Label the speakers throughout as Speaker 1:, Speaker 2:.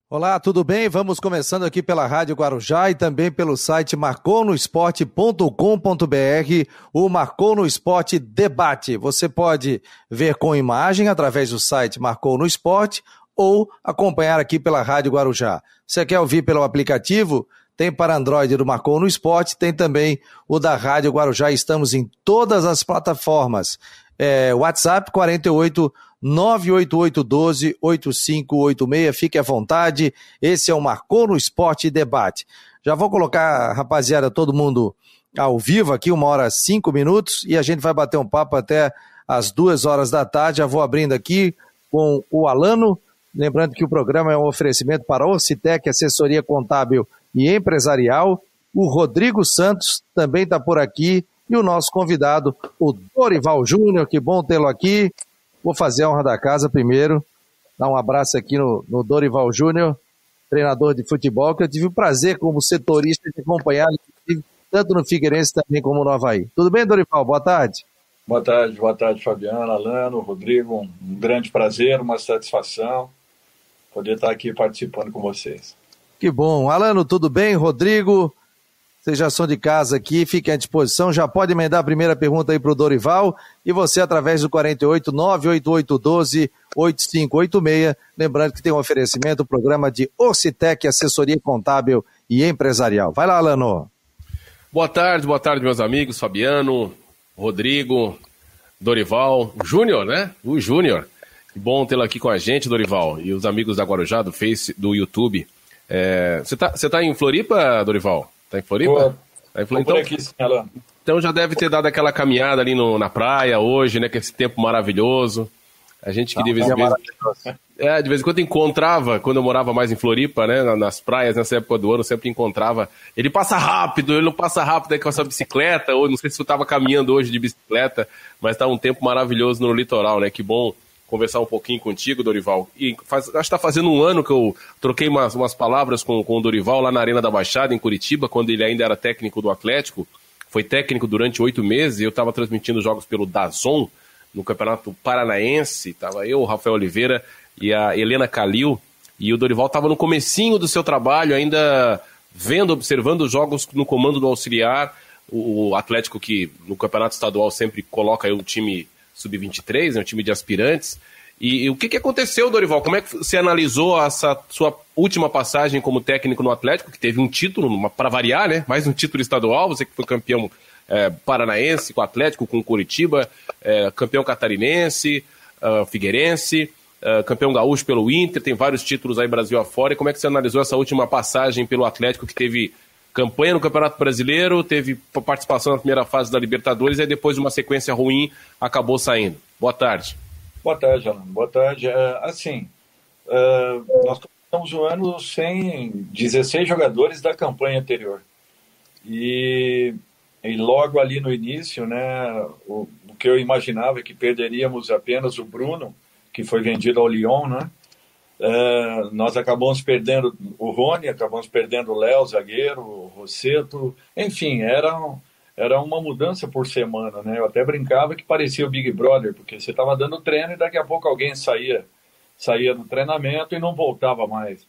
Speaker 1: Olá, tudo bem? Vamos começando aqui pela Rádio Guarujá e também pelo site marconosport.com.br, o Marcou no Esporte Debate. Você pode ver com imagem através do site Marcou no Esporte ou acompanhar aqui pela Rádio Guarujá. Você quer ouvir pelo aplicativo? Tem para Android do Marcou no Esporte, tem também o da Rádio Guarujá. Estamos em todas as plataformas. WhatsApp 48 98812-8586, fique à vontade, esse é o Marcou no Esporte Debate. Já vou colocar, rapaziada, todo mundo ao vivo aqui, 1h05, e a gente vai bater um papo até as 2h da tarde. Já vou abrindo aqui com o Alano, lembrando que o programa é um oferecimento para a Orcitec, assessoria contábil e empresarial. O Rodrigo Santos também está por aqui, e o nosso convidado, o Dorival Júnior, que bom tê-lo aqui. Vou fazer a honra da casa primeiro, dar um abraço aqui no Dorival Júnior, treinador de futebol, que eu tive o prazer como setorista de acompanhar, tanto no Figueirense também como no Avaí. Tudo bem, Dorival? Boa tarde.
Speaker 2: Boa tarde, Fabiano, Alano, Rodrigo, um grande prazer, uma satisfação poder estar aqui participando com vocês.
Speaker 1: Que bom. Alano, tudo bem? Rodrigo, vocês já são de casa aqui, fiquem à disposição, já pode emendar a primeira pergunta aí para o Dorival, e você através do 48 98812-8586, lembrando que tem um oferecimento, o programa de Orcitec, assessoria contábil e empresarial. Vai lá, Alano.
Speaker 3: Boa tarde, meus amigos, Fabiano, Rodrigo, Dorival, Júnior, né? O Júnior. Que bom tê-lo aqui com a gente, Dorival, e os amigos da Guarujá, do Face, do YouTube. Você tá em Floripa, Dorival? Tá em Floripa? Então já deve ter dado aquela caminhada ali na praia hoje, né? Com esse tempo maravilhoso. A gente que de vez em quando encontrava, quando eu morava mais em Floripa, né? Nas praias, nessa época do ano, sempre encontrava. Ele passa rápido, ele não passa rápido aí com essa bicicleta, ou não sei se você estava caminhando hoje de bicicleta, mas tá um tempo maravilhoso no litoral, né? Que bom conversar um pouquinho contigo, Dorival. E acho que está fazendo um ano que eu troquei umas palavras com o Dorival lá na Arena da Baixada, em Curitiba, quando ele ainda era técnico do Atlético. Foi técnico durante 8 meses e eu estava transmitindo jogos pelo DAZN, no Campeonato Paranaense. Estava eu, o Rafael Oliveira e a Helena Calil. E o Dorival estava no comecinho do seu trabalho, ainda observando os jogos no comando do auxiliar. O Atlético, que no Campeonato Estadual sempre coloca aí um time sub-23, né, um time de aspirantes. E o que aconteceu, Dorival? Como é que você analisou essa sua última passagem como técnico no Atlético, que teve um título, para variar, né? Mais um título estadual, você que foi campeão paranaense com o Atlético, com o Curitiba, campeão catarinense, figueirense, campeão gaúcho pelo Inter, tem vários títulos aí Brasil afora. E como é que você analisou essa última passagem pelo Atlético, que teve campanha no Campeonato Brasileiro, teve participação na primeira fase da Libertadores, e aí depois de uma sequência ruim, acabou saindo? Boa tarde.
Speaker 2: Boa tarde, Alan. Boa tarde. Nós começamos o ano sem 16 jogadores da campanha anterior. E logo ali no início, né, o que eu imaginava é que perderíamos apenas o Bruno, que foi vendido ao Lyon, né? Nós acabamos perdendo o Rony, acabamos perdendo o Léo, zagueiro, o Rosseto, enfim, era uma mudança por semana, né? Eu até brincava que parecia o Big Brother, porque você estava dando treino e daqui a pouco alguém saía do treinamento e não voltava mais.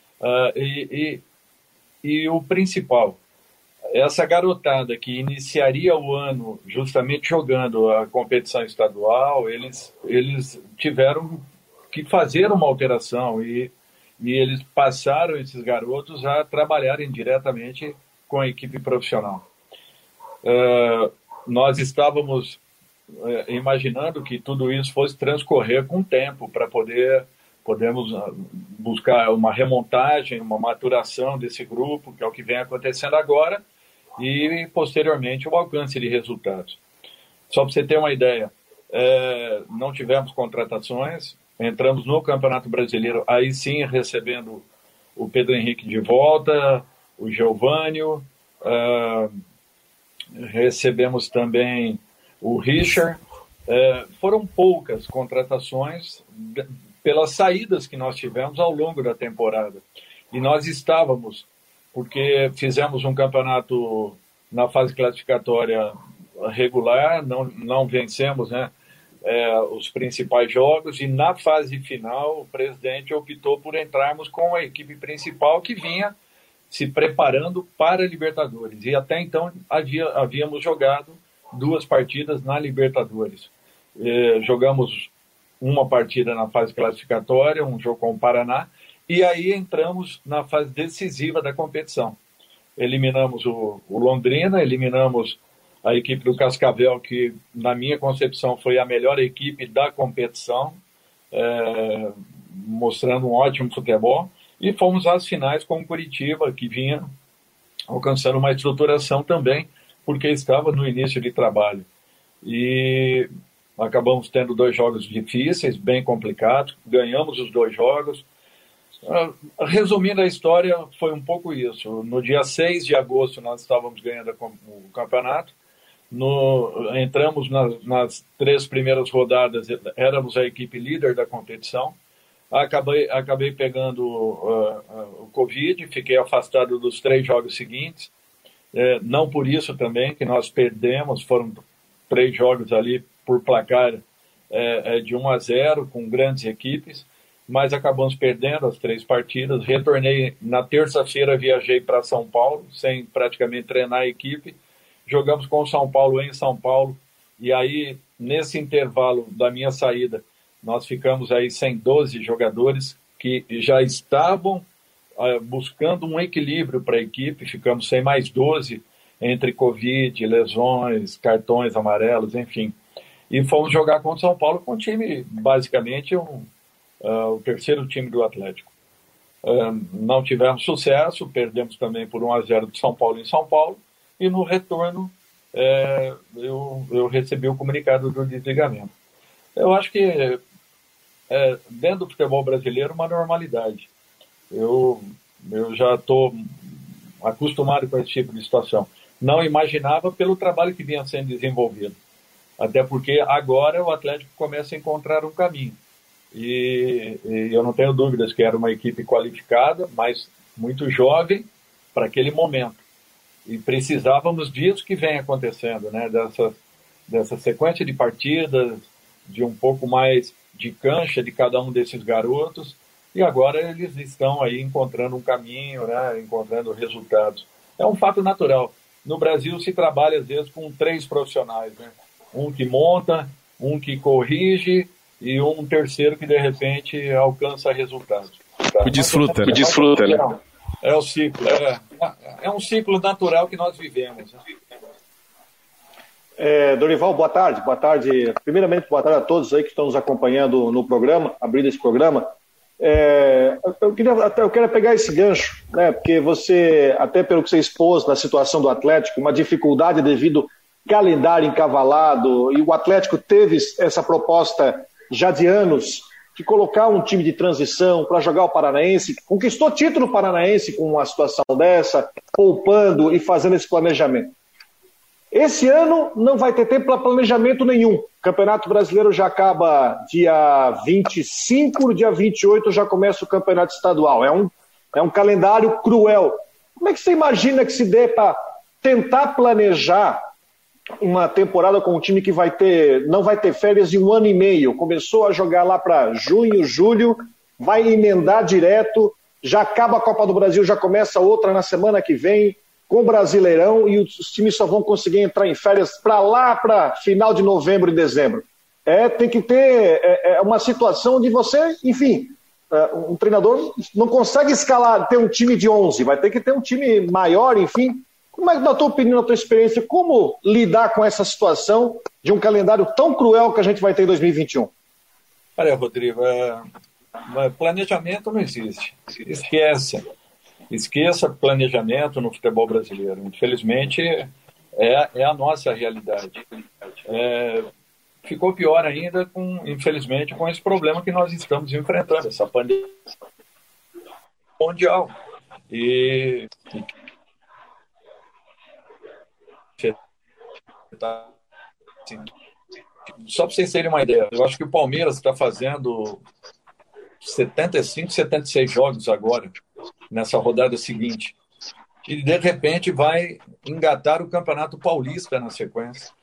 Speaker 2: E o principal, essa garotada que iniciaria o ano justamente jogando a competição estadual, eles tiveram que fazer uma alteração e eles passaram, esses garotos, a trabalharem diretamente com a equipe profissional. Nós estávamos imaginando que tudo isso fosse transcorrer com tempo para podermos buscar uma remontagem, uma maturação desse grupo, que é o que vem acontecendo agora, e posteriormente o alcance de resultados. Só para você ter uma ideia, não tivemos contratações. Entramos no Campeonato Brasileiro, aí sim recebendo o Pedro Henrique de volta, o Geovânio, recebemos também o Richard. Foram poucas contratações pelas saídas que nós tivemos ao longo da temporada. E nós estávamos, porque fizemos um campeonato na fase classificatória regular, não vencemos, né? os principais jogos, e na fase final o presidente optou por entrarmos com a equipe principal que vinha se preparando para a Libertadores. E até então havíamos jogado 2 partidas na Libertadores. Jogamos uma partida na fase classificatória, um jogo com o Paraná, e aí entramos na fase decisiva da competição. Eliminamos o Londrina, eliminamos a equipe do Cascavel, que na minha concepção foi a melhor equipe da competição, mostrando um ótimo futebol, e fomos às finais com o Curitiba, que vinha alcançando uma estruturação também, porque estava no início de trabalho. E acabamos tendo 2 jogos difíceis, bem complicados, ganhamos os 2 jogos. Resumindo a história, foi um pouco isso. No dia 6 de agosto nós estávamos ganhando o campeonato, entramos nas 3 primeiras rodadas, éramos a equipe líder da competição. Acabei pegando o Covid, fiquei afastado dos 3 jogos seguintes. Não por isso também que nós perdemos, foram 3 jogos ali por placar de 1-0 com grandes equipes, mas acabamos perdendo as 3 partidas. Retornei na terça-feira, viajei para São Paulo, sem praticamente treinar a equipe. Jogamos com o São Paulo em São Paulo, e aí, nesse intervalo da minha saída, nós ficamos aí sem 12 jogadores que já estavam buscando um equilíbrio para a equipe. Ficamos sem mais 12, entre Covid, lesões, cartões amarelos, enfim. E fomos jogar contra o São Paulo com um time, basicamente, o 3º time do Atlético. Não tivemos sucesso, perdemos também por 1-0 do São Paulo em São Paulo, e no retorno eu recebi o comunicado do desligamento. Eu acho que dentro do futebol brasileiro, uma normalidade. Eu já estou acostumado com esse tipo de situação. Não imaginava pelo trabalho que vinha sendo desenvolvido. Até porque agora o Atlético começa a encontrar um caminho. E eu não tenho dúvidas que era uma equipe qualificada, mas muito jovem para aquele momento. E precisávamos disso que vem acontecendo, né? Dessa sequência de partidas, de um pouco mais de cancha de cada um desses garotos, e agora eles estão aí encontrando um caminho, né? Encontrando resultados. É um fato natural. No Brasil se trabalha às vezes com 3 profissionais, né? Um que monta, um que corrige e um terceiro que de repente alcança resultados.
Speaker 3: O desfruta, né?
Speaker 2: É o ciclo, é um ciclo natural que nós vivemos.
Speaker 4: Dorival, boa tarde. Boa tarde. Primeiramente, boa tarde a todos aí que estão nos acompanhando no programa, abrindo esse programa. Eu quero pegar esse gancho, né? Porque você, até pelo que você expôs na situação do Atlético, uma dificuldade devido ao calendário encavalado, e o Atlético teve essa proposta já de anos de colocar um time de transição para jogar o Paranaense, conquistou título paranaense com uma situação dessa, poupando e fazendo esse planejamento. Esse ano não vai ter tempo para planejamento nenhum. O Campeonato Brasileiro já acaba dia 25, no dia 28 já começa o Campeonato Estadual. É um calendário cruel. Como é que você imagina que se dê para tentar planejar uma temporada com um time que não vai ter férias de 1 ano e meio? Começou a jogar lá para junho, julho, vai emendar direto, já acaba a Copa do Brasil, já começa outra na semana que vem, com o Brasileirão, e os times só vão conseguir entrar em férias para final de novembro e dezembro. Tem que ter uma situação onde você, enfim, um treinador não consegue escalar, ter um time de 11, vai ter que ter um time maior, enfim. Como é que, na tua opinião, na tua experiência, como lidar com essa situação de um calendário tão cruel que a gente vai ter em 2021?
Speaker 2: Olha, Rodrigo, planejamento não existe. Esqueça planejamento no futebol brasileiro. Infelizmente, é a nossa realidade. Ficou pior ainda, infelizmente, com esse problema que nós estamos enfrentando, essa pandemia mundial. Só para vocês terem uma ideia, eu acho que o Palmeiras está fazendo 75, 76 jogos agora, nessa rodada seguinte. E, de repente, vai engatar o Campeonato Paulista na sequência.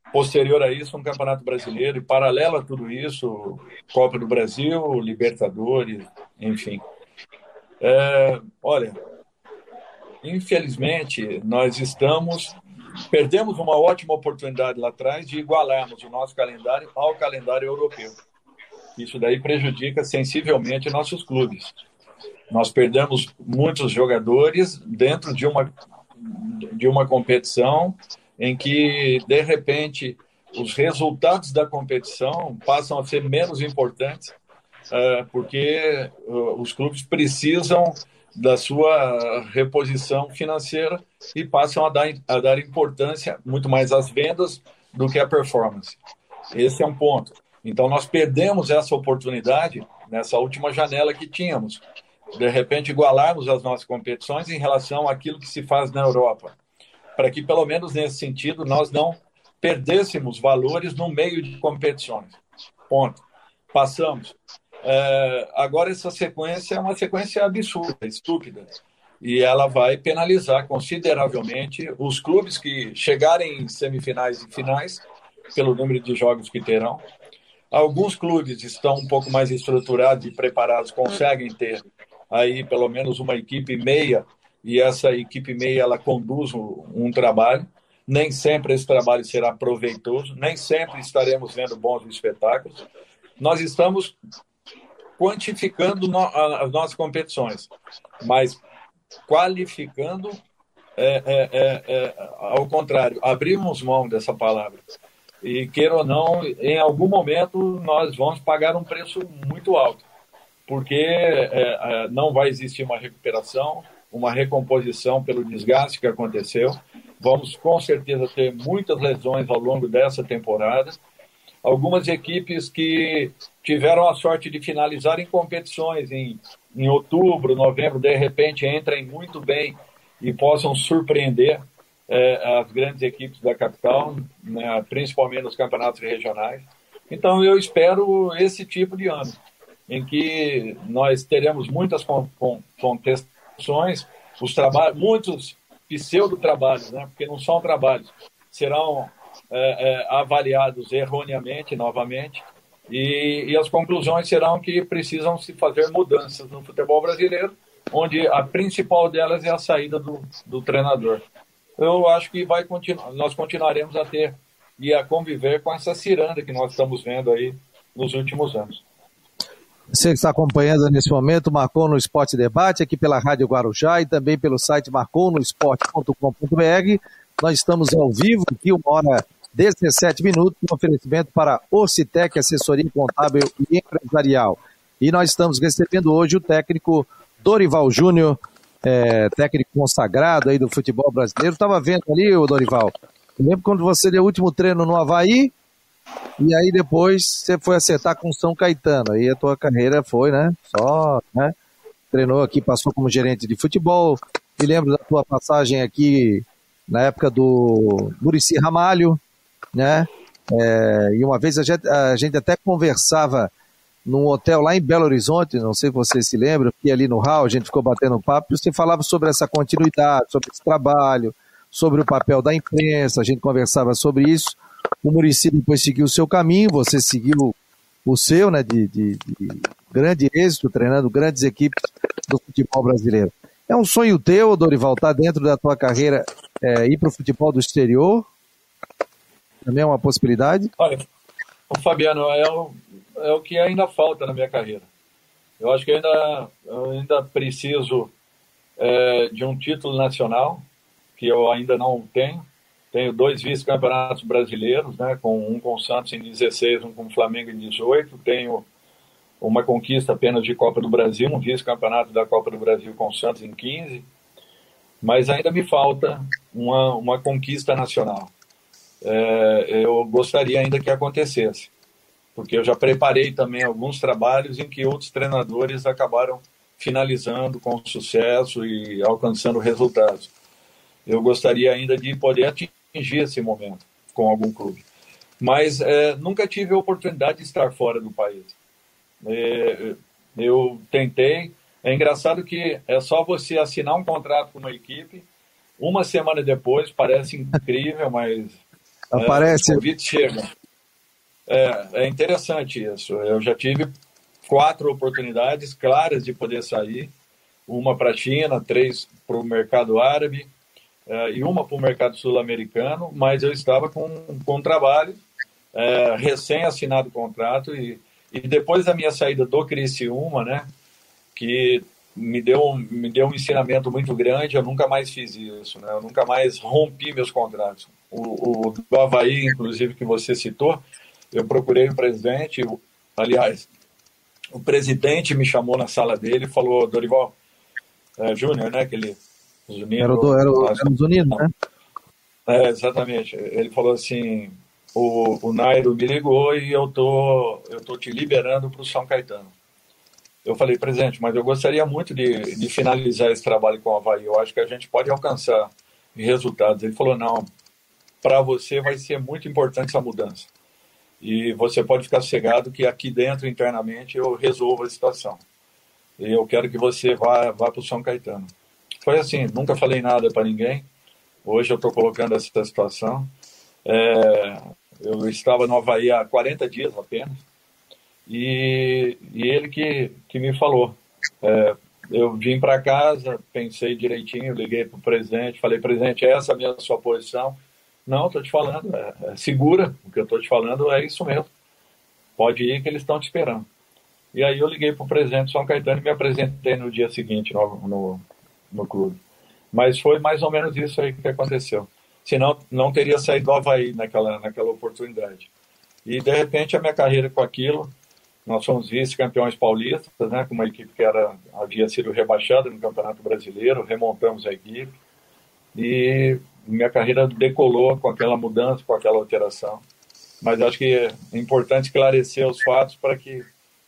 Speaker 2: posterior a isso, um Campeonato Brasileiro, e paralelo a tudo isso, Copa do Brasil, Libertadores, enfim. Olha, infelizmente, perdemos uma ótima oportunidade lá atrás de igualarmos o nosso calendário ao calendário europeu. Isso daí prejudica sensivelmente nossos clubes. Nós perdemos muitos jogadores dentro de uma competição em que, de repente, os resultados da competição passam a ser menos importantes, porque os clubes precisam da sua reposição financeira e passam a dar importância muito mais às vendas do que à performance. Esse é um ponto. Então, nós perdemos essa oportunidade nessa última janela que tínhamos, de repente igualarmos as nossas competições em relação àquilo que se faz na Europa, para que, pelo menos nesse sentido, nós não perdêssemos valores no meio de competições. Ponto. Passamos. Agora, essa sequência é uma sequência absurda, estúpida, e ela vai penalizar consideravelmente os clubes que chegarem em semifinais e finais, pelo número de jogos que terão. Alguns clubes estão um pouco mais estruturados e preparados, conseguem ter aí pelo menos uma equipe meia, e essa equipe meia ela conduz um trabalho. Nem sempre esse trabalho será proveitoso, nem sempre estaremos vendo bons espetáculos. Nós estamos quantificando as nossas competições, mas qualificando ao contrário, abrimos mão dessa palavra. E, queira ou não, em algum momento nós vamos pagar um preço muito alto, porque não vai existir uma recuperação, uma recomposição pelo desgaste que aconteceu. Vamos, com certeza, ter muitas lesões ao longo dessa temporada. Algumas equipes que tiveram a sorte de finalizar em competições em outubro, novembro, de repente entrem muito bem e possam surpreender as grandes equipes da capital, né, principalmente nos campeonatos regionais. Então, eu espero esse tipo de ano, em que nós teremos muitas contestações, muitos pseudo-trabalhos, né, porque não são trabalhos, serão avaliados erroneamente, novamente, e as conclusões serão que precisam se fazer mudanças no futebol brasileiro, onde a principal delas é a saída do treinador. Eu acho que nós continuaremos a ter e a conviver com essa ciranda que nós estamos vendo aí nos últimos anos.
Speaker 1: Você que está acompanhando nesse momento, Marcou no Esporte Debate, aqui pela Rádio Guarujá e também pelo site marconosport.com.br. Nós estamos ao vivo aqui, 1h17, um oferecimento para Ocitec, assessoria contábil e empresarial. E nós estamos recebendo hoje o técnico Dorival Júnior, técnico consagrado aí do futebol brasileiro. Estava vendo ali, Dorival, eu lembro quando você deu o último treino no Avaí, e aí depois você foi acertar com o São Caetano, aí a tua carreira foi, né, treinou aqui, passou como gerente de futebol. Me lembro da tua passagem aqui na época do Muricy Ramalho, né, e uma vez a gente até conversava num hotel lá em Belo Horizonte, não sei se você se lembra, porque ali no hall a gente ficou batendo papo, e você falava sobre essa continuidade, sobre esse trabalho, sobre o papel da imprensa, a gente conversava sobre isso. O Muricy depois seguiu o seu caminho, você seguiu o seu, né, de grande êxito, treinando grandes equipes do futebol brasileiro. É um sonho teu, Dorival, estar dentro da tua carreira, ir para o futebol do exterior? Também é uma possibilidade?
Speaker 2: Olha, o Fabiano, é o que ainda falta na minha carreira. Eu acho que eu ainda preciso de um título nacional, que eu ainda não tenho. Tenho 2 vice-campeonatos brasileiros, né, um com o Santos em 16, um com o Flamengo em 18. Tenho uma conquista apenas de Copa do Brasil, um vice-campeonato da Copa do Brasil com o Santos em 15. Mas ainda me falta uma conquista nacional. Eu gostaria ainda que acontecesse, porque eu já preparei também alguns trabalhos em que outros treinadores acabaram finalizando com sucesso e alcançando resultados. Eu gostaria ainda de poder atingir esse momento com algum clube. Mas nunca tive a oportunidade de estar fora do país. Eu tentei. É engraçado que é só você assinar um contrato com uma equipe, uma semana depois, parece incrível, mas
Speaker 1: Aparece.
Speaker 2: Os convites chegam. É interessante isso. Eu já tive 4 oportunidades claras de poder sair. Uma para a China, 3 para o mercado árabe e uma para o mercado sul-americano, mas eu estava com um trabalho, recém-assinado o contrato e depois da minha saída do Criciúma, né, que me deu um ensinamento muito grande, eu nunca mais fiz isso, né, eu nunca mais rompi meus contratos. O do Avaí, inclusive, que você citou, eu procurei o presidente, aliás, o presidente me chamou na sala dele e falou: Dorival Júnior, né, aquele Zunino,
Speaker 1: era o Zunino, né?
Speaker 2: Exatamente. Ele falou assim: o Nairo me ligou e eu tô te liberando para o São Caetano. Eu falei: presidente, mas eu gostaria muito de finalizar esse trabalho com o Avaí, eu acho que a gente pode alcançar resultados. Ele falou: não, para você vai ser muito importante essa mudança. E você pode ficar sossegado que aqui dentro, internamente, eu resolvo a situação. E eu quero que você vá para o São Caetano. Foi assim, nunca falei nada para ninguém. Hoje eu estou colocando essa situação. Eu estava no Avaí há 40 dias apenas. E ele que me falou. Eu vim para casa, pensei direitinho, liguei para o presidente, falei: presidente, essa é a sua posição? Não, estou te falando, segura, o que eu estou te falando é isso mesmo. Pode ir que eles estão te esperando. E aí eu liguei para o presidente de São Caetano e me apresentei no dia seguinte no clube. Mas foi mais ou menos isso aí que aconteceu. Senão, não teria saído do Avaí naquela oportunidade. E, de repente, a minha carreira com aquilo, nós fomos vice-campeões paulistas, né, com uma equipe que havia sido rebaixada no Campeonato Brasileiro, remontamos a equipe. E minha carreira decolou com aquela mudança, com aquela alteração. Mas acho que é importante esclarecer os fatos para que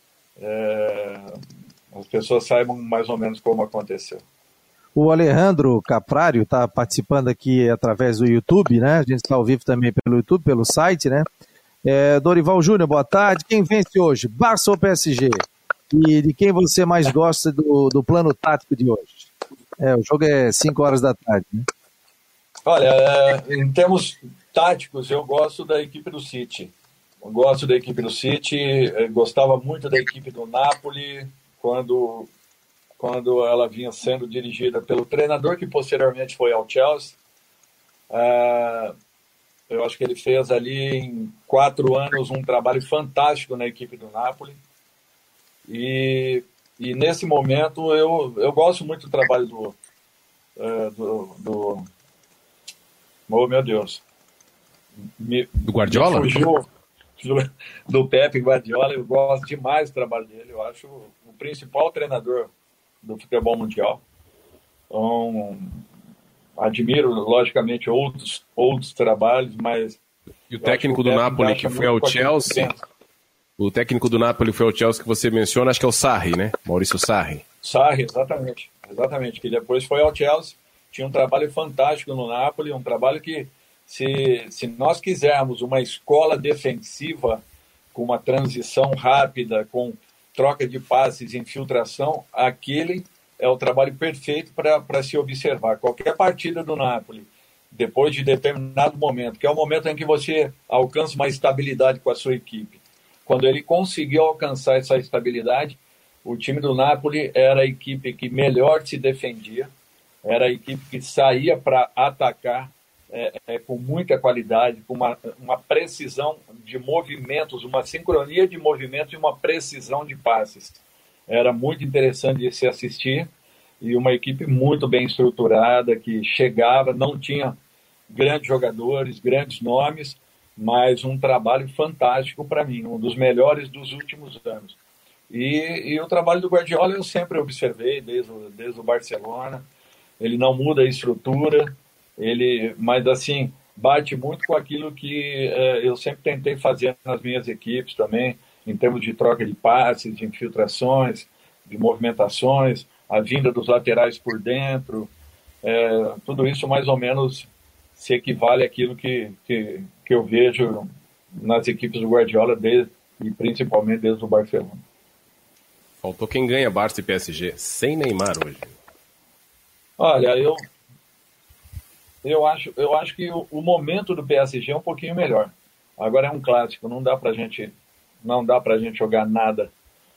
Speaker 2: as pessoas saibam mais ou menos como aconteceu.
Speaker 1: O Alejandro Caprário está participando aqui através do YouTube, né? A gente está ao vivo também pelo YouTube, pelo site, né? Dorival Júnior, boa tarde. Quem vence hoje, Barça ou PSG? E de quem você mais gosta do plano tático de hoje? O jogo é 5 horas da tarde, né?
Speaker 2: Olha, em termos táticos, eu gosto da equipe do City. Eu gosto da equipe do City, gostava muito da equipe do Napoli, quando ela vinha sendo dirigida pelo treinador que posteriormente foi ao Chelsea. Eu acho que ele fez ali em 4 anos um trabalho fantástico na equipe do Napoli. E nesse momento eu gosto muito do trabalho do oh, meu Deus.
Speaker 3: Do Guardiola?
Speaker 2: Fugiu do Pepe Guardiola. Eu gosto demais do trabalho dele. Eu acho o principal treinador do futebol mundial. Então, admiro, logicamente, outros trabalhos, mas...
Speaker 3: E o técnico do Napoli que foi ao Chelsea... O técnico do Napoli foi ao Chelsea que você menciona, acho que é o Sarri, né? Maurício Sarri.
Speaker 2: Sarri, exatamente. Que depois foi ao Chelsea. Tinha um trabalho fantástico no Napoli, um trabalho que, se nós quisermos uma escola defensiva com uma transição rápida, com troca de passes, infiltração, aquele é o trabalho perfeito para se observar. Qualquer partida do Napoli, depois de determinado momento, que é o momento em que você alcança uma estabilidade com a sua equipe. Quando ele conseguiu alcançar essa estabilidade, o time do Napoli era a equipe que melhor se defendia, era a equipe que saía para atacar com muita qualidade, com uma precisão de movimentos, uma sincronia de movimentos e uma precisão de passes. Era muito interessante de se assistir e uma equipe muito bem estruturada, que chegava, não tinha grandes jogadores, grandes nomes, mas um trabalho fantástico para mim, um dos melhores dos últimos anos. E o trabalho do Guardiola eu sempre observei, desde o Barcelona. Ele não muda a estrutura, mas assim, bate muito com aquilo que eu sempre tentei fazer nas minhas equipes também, em termos de troca de passes, de infiltrações, de movimentações, a vinda dos laterais por dentro, tudo isso mais ou menos se equivale àquilo que eu vejo nas equipes do Guardiola, e principalmente desde o Barcelona.
Speaker 3: Faltou quem ganha Barça e PSG, sem Neymar hoje.
Speaker 2: Olha, Eu acho que o momento do PSG é um pouquinho melhor. Agora é um clássico, não dá pra gente jogar nada.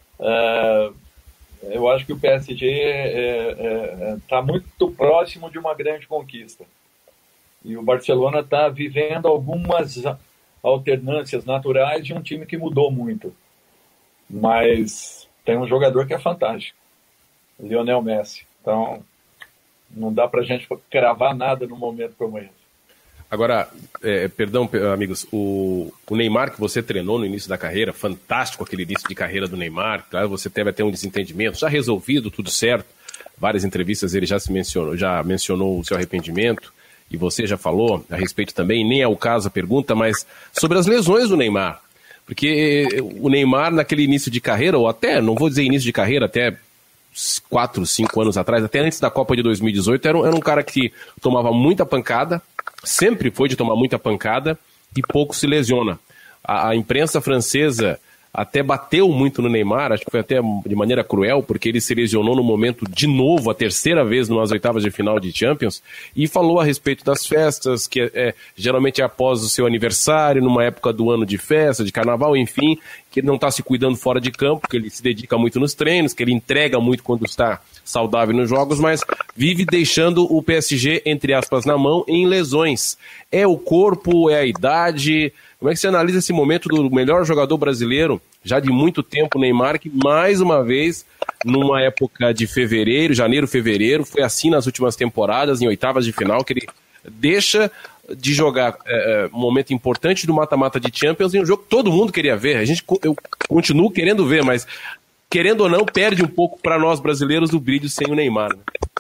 Speaker 2: Eu acho que o PSG está muito próximo de uma grande conquista. E o Barcelona está vivendo algumas alternâncias naturais de um time que mudou muito. Mas tem um jogador que é fantástico, Lionel Messi. Então, não dá para a gente cravar nada num momento como esse.
Speaker 3: Agora, perdão, amigos, o Neymar que você treinou no início da carreira, fantástico aquele início de carreira do Neymar, claro, você teve até um desentendimento, já resolvido, tudo certo, várias entrevistas ele já mencionou o seu arrependimento, e você já falou a respeito também, nem é o caso a pergunta, mas sobre as lesões do Neymar, porque o Neymar naquele início de carreira, ou até, não vou dizer início de carreira, até 4, 5 anos atrás, até antes da Copa de 2018, era um cara que tomava muita pancada, sempre foi de tomar muita pancada e pouco se lesiona. A imprensa francesa até bateu muito no Neymar, acho que foi até de maneira cruel, porque ele se lesionou no momento de novo, a terceira vez nas oitavas de final de Champions, e falou a respeito das festas, que geralmente é após o seu aniversário, numa época do ano de festa, de carnaval, enfim, que ele não está se cuidando fora de campo, que ele se dedica muito nos treinos, que ele entrega muito quando está saudável nos jogos, mas vive deixando o PSG, entre aspas, na mão em lesões. É o corpo, é a idade? Como é que você analisa esse momento do melhor jogador brasileiro, já de muito tempo, Neymar, que mais uma vez, numa época de janeiro, fevereiro, foi assim nas últimas temporadas, em oitavas de final, que ele deixa de jogar um momento importante do mata-mata de Champions em um jogo que todo mundo queria ver. Eu continuo querendo ver, mas querendo ou não, perde um pouco para nós brasileiros o brilho sem o Neymar. Né?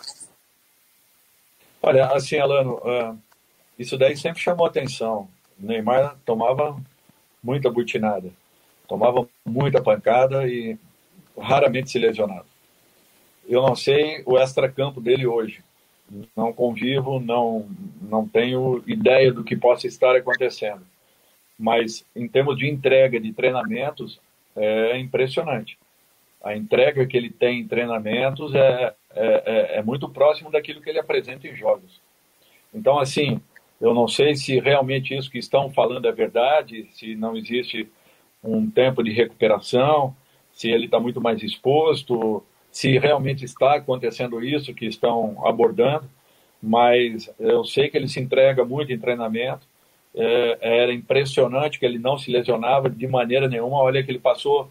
Speaker 2: Olha, assim, Alano, isso daí sempre chamou atenção. O Neymar tomava muita butinada, tomava muita pancada e raramente se lesionava. Eu não sei o extracampo dele hoje. Não convivo, não tenho ideia do que possa estar acontecendo. Mas, em termos de entrega de treinamentos, é impressionante. A entrega que ele tem em treinamentos é muito próximo daquilo que ele apresenta em jogos. Então, assim, eu não sei se realmente isso que estão falando é verdade, se não existe um tempo de recuperação, se ele está muito mais exposto, se realmente está acontecendo isso que estão abordando, mas eu sei que ele se entrega muito em treinamento, era impressionante que ele não se lesionava de maneira nenhuma. Olha que ele passou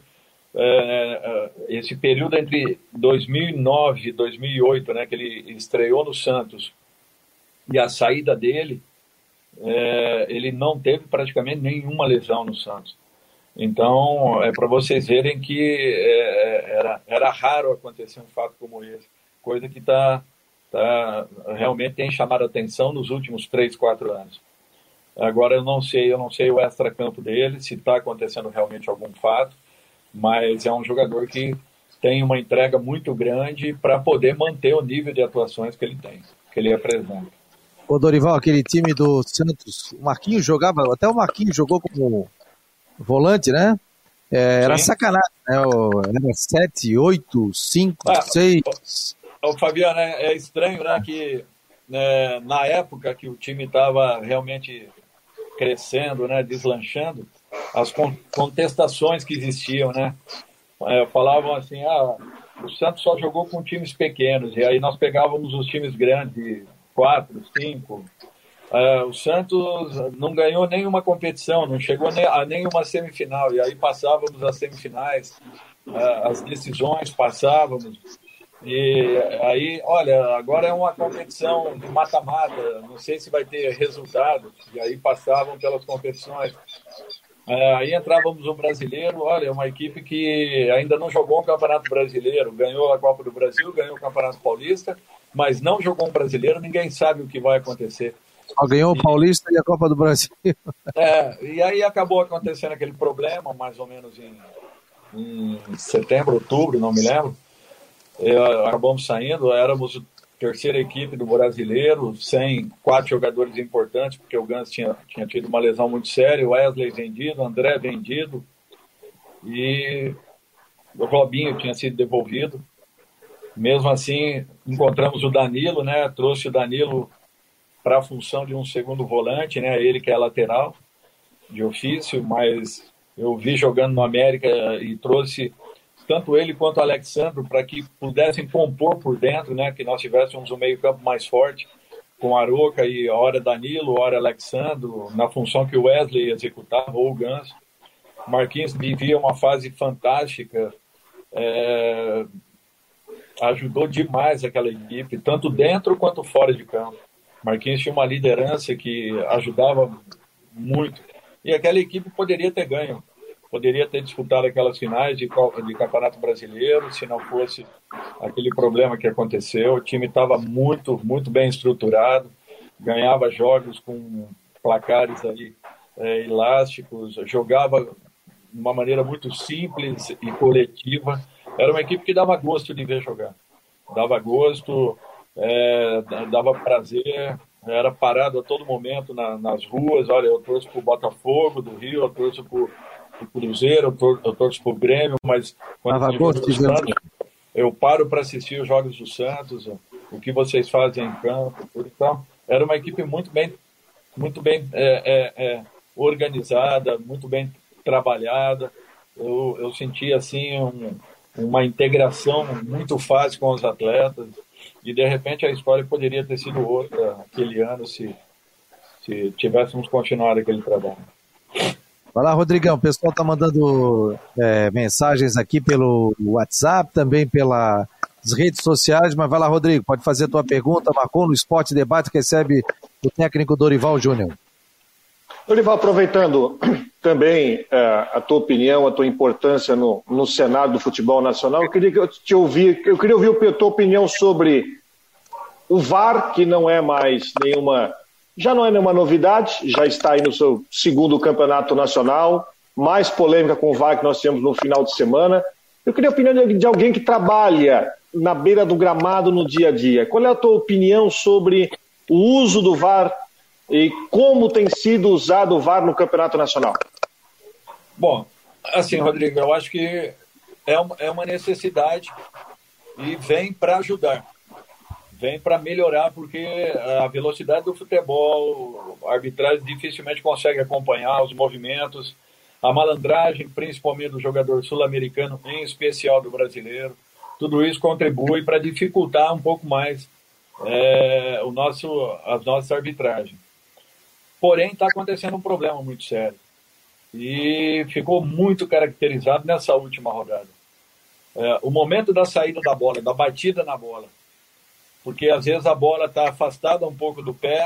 Speaker 2: esse período entre 2009 e 2008, né, que ele estreou no Santos, e a saída dele, ele não teve praticamente nenhuma lesão no Santos. Então, para vocês verem que era raro acontecer um fato como esse, coisa que realmente tem chamado a atenção nos últimos 3, 4 anos. Agora eu não sei o extracampo dele, se está acontecendo realmente algum fato, mas é um jogador que tem uma entrega muito grande para poder manter o nível de atuações que ele tem, que ele apresenta.
Speaker 1: Ô Dorival, aquele time do Santos, o Marquinhos jogava, até o Marquinhos jogou como volante, né? Era sacanagem, né? Era 7, 8, 5, 6.
Speaker 2: O Fabiano, é estranho, né? Que na época que o time estava realmente crescendo, né? Deslanchando, as contestações que existiam, né? Falavam assim, o Santos só jogou com times pequenos, e aí nós pegávamos os times grandes, 4, 5. O Santos não ganhou nenhuma competição, não chegou a nenhuma semifinal, e aí passávamos as semifinais, as decisões passávamos, e aí, olha, agora é uma competição de mata-mata, não sei se vai ter resultado, e aí passavam pelas competições. Aí entrávamos no Brasileiro, olha, uma equipe que ainda não jogou um Campeonato Brasileiro, ganhou a Copa do Brasil, ganhou o Campeonato Paulista, mas não jogou um Brasileiro, ninguém sabe o que vai acontecer.
Speaker 1: Só ganhou o Paulista e a Copa do Brasil.
Speaker 2: E aí acabou acontecendo aquele problema, mais ou menos em setembro, outubro, não me lembro. Acabamos saindo, éramos a terceira equipe do Brasileiro, sem 4 jogadores importantes, porque o Gans tinha tido uma lesão muito séria, o Wesley vendido, o André vendido, e o Robinho tinha sido devolvido. Mesmo assim, encontramos o Danilo, né? Trouxe o Danilo para a função de um segundo volante, né? Ele que é lateral de ofício, mas eu vi jogando no América e trouxe tanto ele quanto o Alexandro para que pudessem compor por dentro, né? Que nós tivéssemos um meio-campo mais forte, com Aroca e hora Danilo, hora Alexandro, na função que o Wesley executava, ou o Ganso. Marquinhos vivia uma fase fantástica, ajudou demais aquela equipe, tanto dentro quanto fora de campo. Marquinhos tinha uma liderança que ajudava muito. E aquela equipe poderia ter ganho, poderia ter disputado aquelas finais de Campeonato Brasileiro, se não fosse aquele problema que aconteceu. O time estava muito, muito bem estruturado, ganhava jogos com placares ali, elásticos, jogava de uma maneira muito simples e coletiva. Era uma equipe que dava gosto de ver jogar. Dava gosto, dava prazer, era parado a todo momento nas ruas. Olha, eu torço para o Botafogo do Rio, eu torço para o Cruzeiro, eu torço para o Grêmio, mas quando eu paro para assistir os jogos do Santos, o que vocês fazem em campo. Então, era uma equipe muito bem organizada, muito bem trabalhada. Eu senti assim uma integração muito fácil com os atletas, e de repente a história poderia ter sido outra aquele ano se tivéssemos continuado aquele trabalho.
Speaker 1: Vai lá, Rodrigão, o pessoal está mandando mensagens aqui pelo WhatsApp, também pelas redes sociais, mas vai lá, Rodrigo, pode fazer a tua pergunta. Marcou no Esporte Debate, que recebe o técnico Dorival Júnior.
Speaker 4: Dorival, aproveitando também a tua opinião, a tua importância no cenário do futebol nacional, eu queria ouvir a tua opinião sobre o VAR, que não é mais já não é nenhuma novidade, já está aí no seu segundo campeonato nacional, mais polêmica com o VAR que nós tivemos no final de semana. Eu queria a opinião de alguém que trabalha na beira do gramado no dia a dia. Qual é a tua opinião sobre o uso do VAR e como tem sido usado o VAR no campeonato nacional?
Speaker 2: Bom, assim, Rodrigo, eu acho que é uma necessidade e vem para ajudar. Vem para melhorar, porque a velocidade do futebol, a arbitragem dificilmente consegue acompanhar os movimentos, a malandragem, principalmente do jogador sul-americano, em especial do brasileiro. Tudo isso contribui para dificultar um pouco mais as nossas arbitragens. Porém, está acontecendo um problema muito sério. E ficou muito caracterizado nessa última rodada. O momento da saída da bola, da batida na bola. Porque às vezes a bola está afastada um pouco do pé,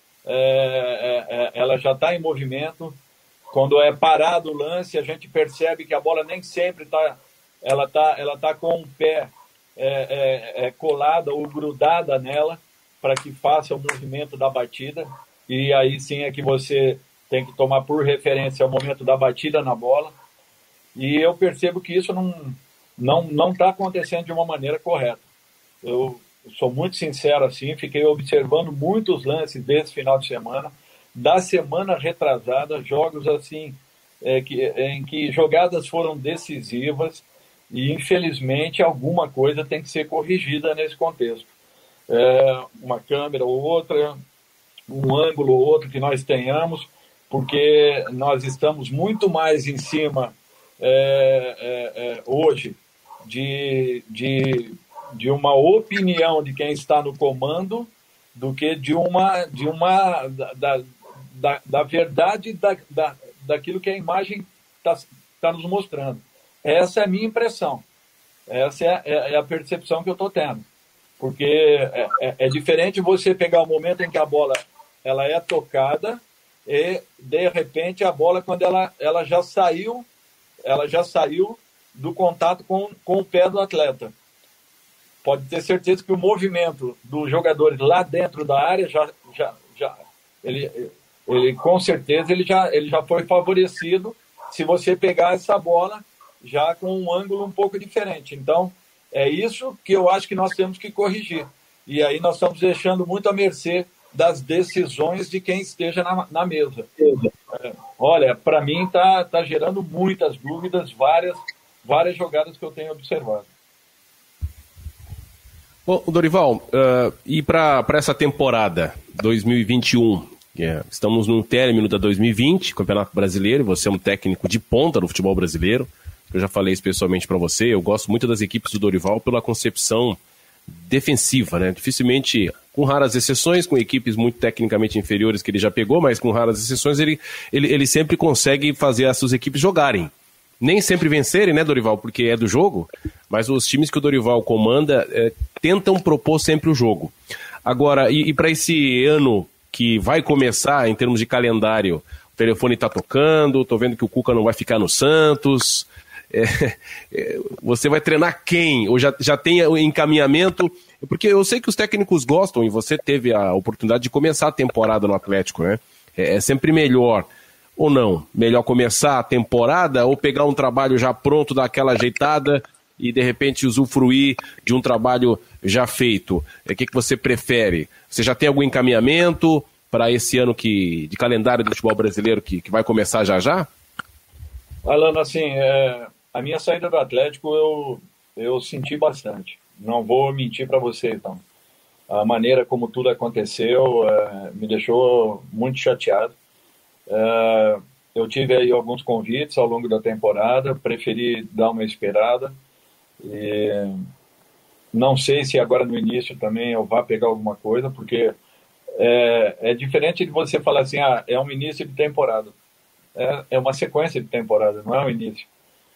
Speaker 2: ela já está em movimento. Quando é parado o lance, a gente percebe que a bola nem sempre ela tá com o pé colada ou grudada nela, para que faça o movimento da batida. E aí sim é que você tem que tomar por referência o momento da batida na bola. E eu percebo que isso não está acontecendo de uma maneira correta. Eu sou muito sincero assim, fiquei observando muitos lances desse final de semana, da semana retrasada, jogos assim, em que jogadas foram decisivas, e infelizmente alguma coisa tem que ser corrigida nesse contexto. Uma câmera ou outra, um ângulo ou outro que nós tenhamos, porque nós estamos muito mais em cima hoje de uma opinião de quem está no comando do que da verdade daquilo que a imagem está nos mostrando. Essa é a minha impressão. Essa é a percepção que eu estou tendo. Porque é diferente você pegar o momento em que a bola ela é tocada e, de repente, a bola, quando ela já saiu do contato com o pé do atleta. Pode ter certeza que o movimento dos jogadores lá dentro da área ele com certeza ele já foi favorecido se você pegar essa bola já com um ângulo um pouco diferente. Então, é isso que eu acho que nós temos que corrigir. E aí nós estamos deixando muito à mercê das decisões de quem esteja na mesa. Olha, para mim tá gerando muitas dúvidas, várias jogadas que eu tenho observado.
Speaker 3: Bom, Dorival, e para essa temporada, 2021. Estamos no término da 2020, Campeonato Brasileiro. Você é um técnico de ponta no futebol brasileiro. Eu já falei isso pessoalmente para você. Eu gosto muito das equipes do Dorival pela concepção defensiva, né? Dificilmente, com raras exceções, com equipes muito tecnicamente inferiores que ele já pegou, mas com raras exceções ele sempre consegue fazer as suas equipes jogarem. Nem sempre vencerem, né, Dorival, porque é do jogo, mas os times que o Dorival comanda tentam propor sempre o jogo. Agora, e para esse ano que vai começar, em termos de calendário, o telefone está tocando, estou vendo que o Cuca não vai ficar no Santos. Você vai treinar quem? Ou já tem o encaminhamento? Porque eu sei que os técnicos gostam, e você teve a oportunidade de começar a temporada no Atlético, né? É sempre melhor, ou não? Melhor começar a temporada ou pegar um trabalho já pronto, dar aquela ajeitada e de repente usufruir de um trabalho já feito? O que você prefere? Você já tem algum encaminhamento para esse ano de calendário do futebol brasileiro que vai começar já?
Speaker 2: Alan, assim, a minha saída do Atlético eu senti bastante. Não vou mentir para você, então. A maneira como tudo aconteceu me deixou muito chateado. Eu tive aí alguns convites ao longo da temporada, preferi dar uma esperada. E não sei se agora no início também eu vá pegar alguma coisa, porque é diferente de você falar assim, é um início de temporada. É uma sequência de temporada, não é um início.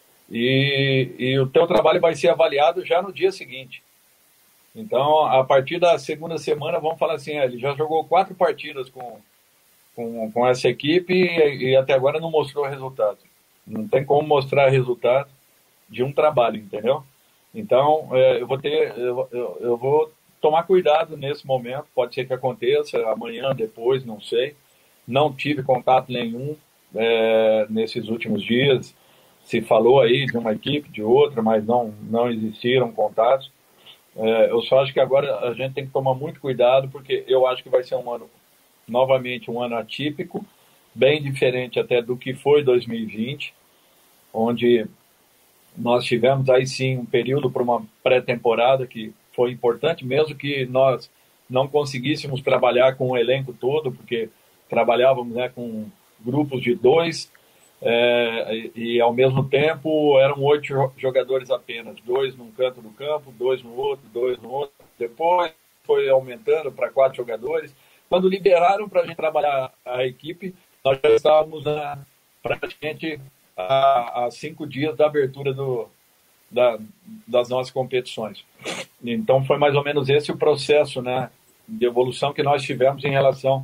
Speaker 2: E o teu trabalho vai ser avaliado já no dia seguinte. Então, a partir da segunda semana, vamos falar assim, ele já jogou 4 partidas com essa equipe e até agora não mostrou resultado. Não tem como mostrar resultado de um trabalho, entendeu? Então, eu vou tomar cuidado nesse momento. Pode ser que aconteça amanhã, depois, não sei. Não tive contato nenhum nesses últimos dias. Se falou aí de uma equipe, de outra, mas não existiram contatos. Eu só acho que agora a gente tem que tomar muito cuidado, porque eu acho que vai ser novamente um ano atípico, bem diferente até do que foi 2020, onde nós tivemos aí sim um período para uma pré-temporada que foi importante, mesmo que nós não conseguíssemos trabalhar com o elenco todo, porque trabalhávamos com grupos de 2, e ao mesmo tempo eram 8 jogadores apenas, 2 num canto do campo, 2 no outro, 2 no outro. Depois foi aumentando para 4 jogadores. Quando liberaram para a gente trabalhar a equipe, nós já estávamos praticamente há 5 dias da abertura das nossas competições. Então foi mais ou menos esse o processo, né, de evolução que nós tivemos em relação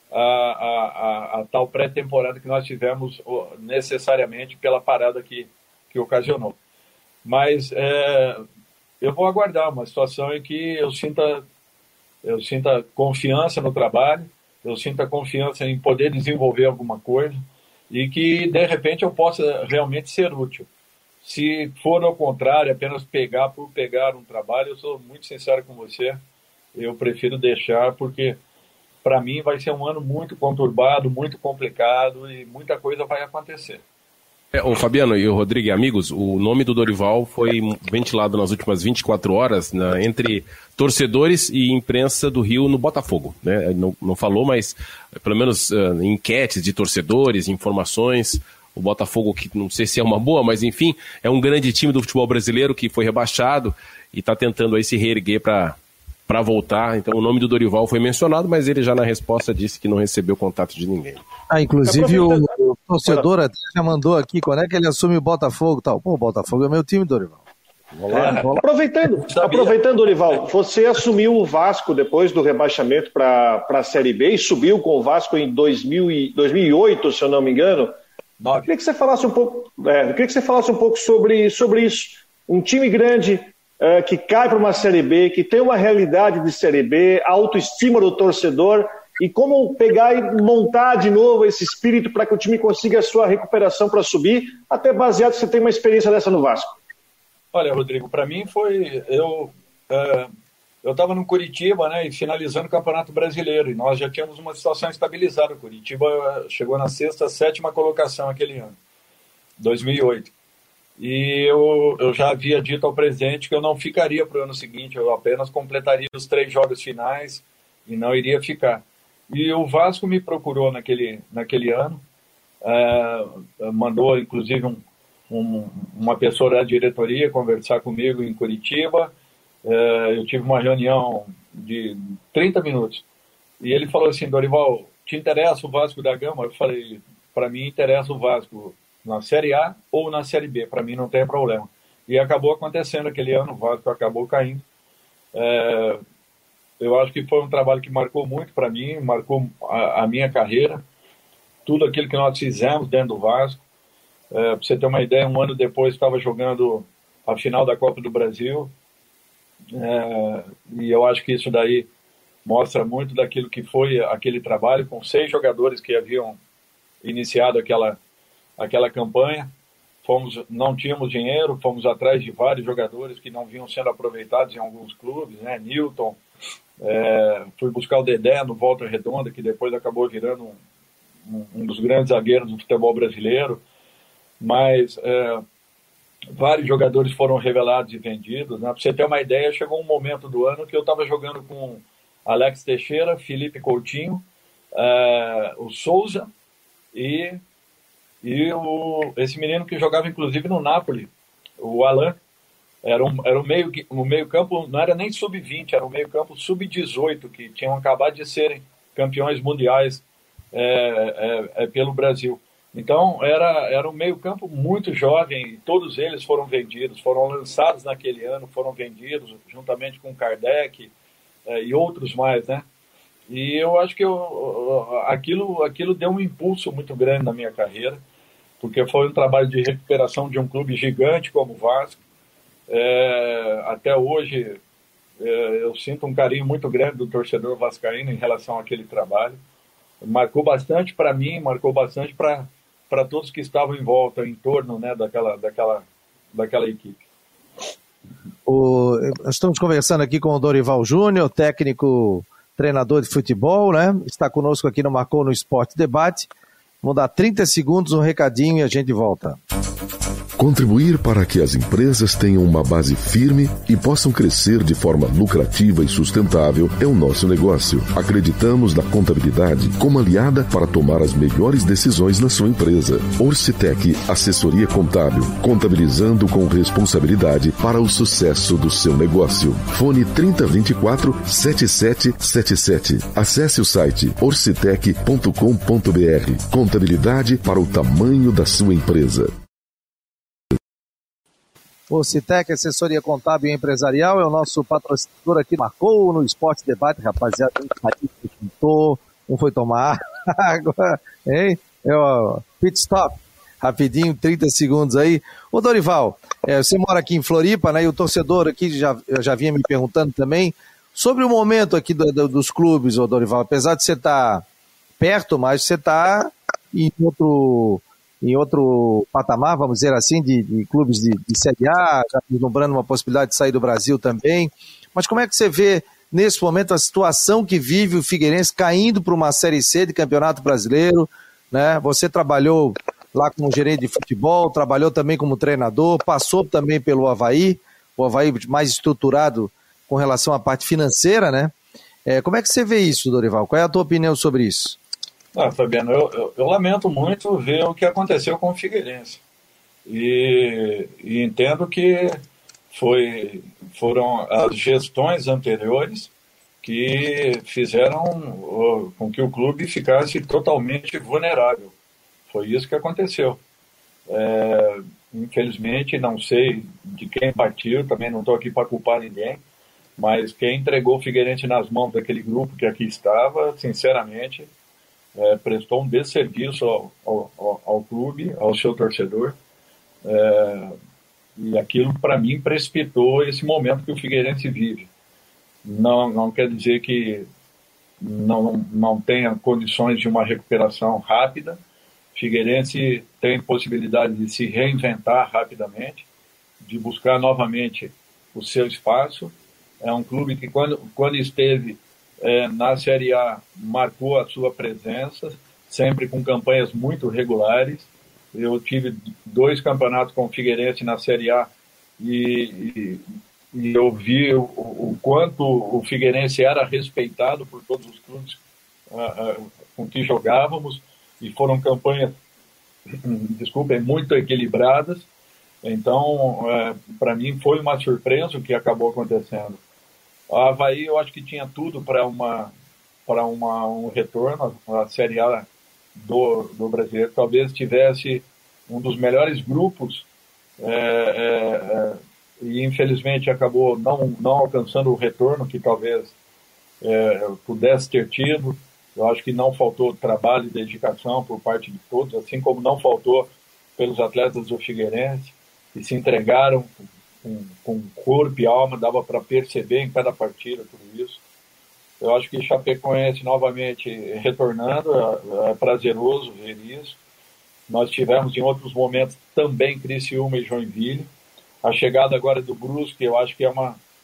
Speaker 2: a tal pré-temporada que nós tivemos necessariamente pela parada que ocasionou. Mas eu vou aguardar uma situação em que eu sinta confiança no trabalho, eu sinta confiança em poder desenvolver alguma coisa e que, de repente, eu possa realmente ser útil. Se for ao contrário, apenas pegar por pegar um trabalho, eu sou muito sincero com você, eu prefiro deixar, porque para mim vai ser um ano muito conturbado, muito complicado e muita coisa vai acontecer.
Speaker 3: O Fabiano e o Rodrigo, amigos, o nome do Dorival foi ventilado nas últimas 24 horas entre torcedores e imprensa do Rio no Botafogo, né? Não falou, mas pelo menos enquetes de torcedores, informações. O Botafogo, que não sei se é uma boa, mas enfim, é um grande time do futebol brasileiro que foi rebaixado e está tentando aí se reerguer para voltar. Então o nome do Dorival foi mencionado, mas ele já na resposta disse que não recebeu contato de ninguém.
Speaker 1: Inclusive o torcedor até já mandou aqui, quando é que ele assume o Botafogo e tal. Pô, o Botafogo é meu time, Dorival.
Speaker 4: Vamos lá. Aproveitando, Dorival, você assumiu o Vasco depois do rebaixamento para a Série B e subiu com o Vasco em 2008, se eu não me engano. Eu queria que você falasse um pouco, sobre isso. Um time grande que cai para uma Série B, que tem uma realidade de Série B, a autoestima do torcedor, e como pegar e montar de novo esse espírito para que o time consiga a sua recuperação para subir, até baseado que você tem uma experiência dessa no Vasco.
Speaker 2: Olha, Rodrigo, para mim foi... Eu estava no Curitiba, né, e finalizando o Campeonato Brasileiro, e nós já tínhamos uma situação estabilizada. O Curitiba chegou na 6ª, 7ª colocação aquele ano, 2008. E eu já havia dito ao presidente que eu não ficaria para o ano seguinte, eu apenas completaria os 3 jogos finais e não iria ficar. E o Vasco me procurou naquele ano, mandou inclusive uma pessoa da diretoria conversar comigo em Curitiba. Eu tive uma reunião de 30 minutos e ele falou assim: Dorival, te interessa o Vasco da Gama? Eu falei: para mim interessa o Vasco na Série A ou na Série B, para mim não tem problema. E acabou acontecendo aquele ano, o Vasco acabou caindo. Eu acho que foi um trabalho que marcou muito para mim, marcou a minha carreira, tudo aquilo que nós fizemos dentro do Vasco. Para você ter uma ideia, um ano depois estava jogando a final da Copa do Brasil, e eu acho que isso daí mostra muito daquilo que foi aquele trabalho, com 6 jogadores que haviam iniciado aquela campanha. Não tínhamos dinheiro, fomos atrás de vários jogadores que não vinham sendo aproveitados em alguns clubes, né? Newton, fui buscar o Dedé no Volta Redonda, que depois acabou virando um dos grandes zagueiros do futebol brasileiro, mas vários jogadores foram revelados e vendidos, né? Para você ter uma ideia, chegou um momento do ano que eu estava jogando com Alex Teixeira, Felipe Coutinho, o Souza e esse menino que jogava inclusive no Napoli, o Alan. Era o meio-campo, não era nem sub-20, era o meio-campo sub-18, que tinham acabado de serem campeões mundiais pelo Brasil. Então, era um meio-campo muito jovem, todos eles foram vendidos, foram lançados naquele ano, foram vendidos, juntamente com Kardec e outros mais, né? E eu acho que aquilo deu um impulso muito grande na minha carreira, porque foi um trabalho de recuperação de um clube gigante como o Vasco. Até hoje, eu sinto um carinho muito grande do torcedor vascaíno em relação àquele trabalho. Marcou bastante para mim, marcou bastante para todos que estavam em volta, em torno, né, daquela equipe.
Speaker 1: Estamos conversando aqui com o Dorival Júnior, técnico, treinador de futebol, né? Está conosco aqui no Marcou no Esporte Debate. Vamos dar 30 segundos, um recadinho e a gente volta.
Speaker 5: Contribuir para que as empresas tenham uma base firme e possam crescer de forma lucrativa e sustentável é o nosso negócio. Acreditamos na contabilidade como aliada para tomar as melhores decisões na sua empresa. Orcitec, assessoria contábil, contabilizando com responsabilidade para o sucesso do seu negócio. Fone 3024-7777. Acesse o site orcitec.com.br. Contabilidade para o tamanho da sua empresa.
Speaker 1: O Orcitec, assessoria contábil e empresarial, é o nosso patrocinador aqui, Marcou no Esporte Debate, rapaziada. Um foi tomar água, hein? Pit stop, rapidinho, 30 segundos aí. Ô Dorival, você mora aqui em Floripa, né? E o torcedor aqui já vinha me perguntando também sobre o momento aqui dos clubes, ô Dorival. Apesar de você estar perto, mas você está em outro patamar, vamos dizer assim, de clubes de Série A, já vislumbrando uma possibilidade de sair do Brasil também. Mas como é que você vê, nesse momento, a situação que vive o Figueirense caindo para uma Série C de Campeonato Brasileiro, né? Você trabalhou lá como gerente de futebol, trabalhou também como treinador, passou também pelo Avaí, o Avaí mais estruturado com relação à parte financeira, né? Como é que você vê isso, Dorival? Qual é a tua opinião sobre isso?
Speaker 2: Fabiano, eu lamento muito ver o que aconteceu com o Figueirense. E entendo que foram as gestões anteriores que fizeram com que o clube ficasse totalmente vulnerável. Foi isso que aconteceu. Infelizmente, não sei de quem partiu, também não estou aqui para culpar ninguém, mas quem entregou o Figueirense nas mãos daquele grupo que aqui estava, sinceramente, prestou um desserviço ao clube, ao seu torcedor, e aquilo para mim precipitou esse momento que o Figueirense vive. Não quer dizer que não tenha condições de uma recuperação rápida. Figueirense tem possibilidade de se reinventar rapidamente, de buscar novamente o seu espaço. É um clube que quando esteve na Série A, marcou a sua presença, sempre com campanhas muito regulares. Eu tive 2 campeonatos com o Figueirense na Série A e eu vi o quanto o Figueirense era respeitado por todos os clubes com que jogávamos, e foram campanhas, muito equilibradas. Então, para mim, foi uma surpresa o que acabou acontecendo. A Avaí, eu acho que tinha tudo para um retorno à Série A do Brasileiro. Talvez tivesse um dos melhores grupos, e infelizmente acabou não alcançando o retorno que talvez pudesse ter tido. Eu acho que não faltou trabalho e dedicação por parte de todos, assim como não faltou pelos atletas do Figueirense, que se entregaram com corpo e alma, dava para perceber em cada partida tudo isso. Eu acho que Chapecoense novamente retornando, é prazeroso ver isso. Nós tivemos em outros momentos também Criciúma e Joinville. A chegada agora do Brusque, eu acho que é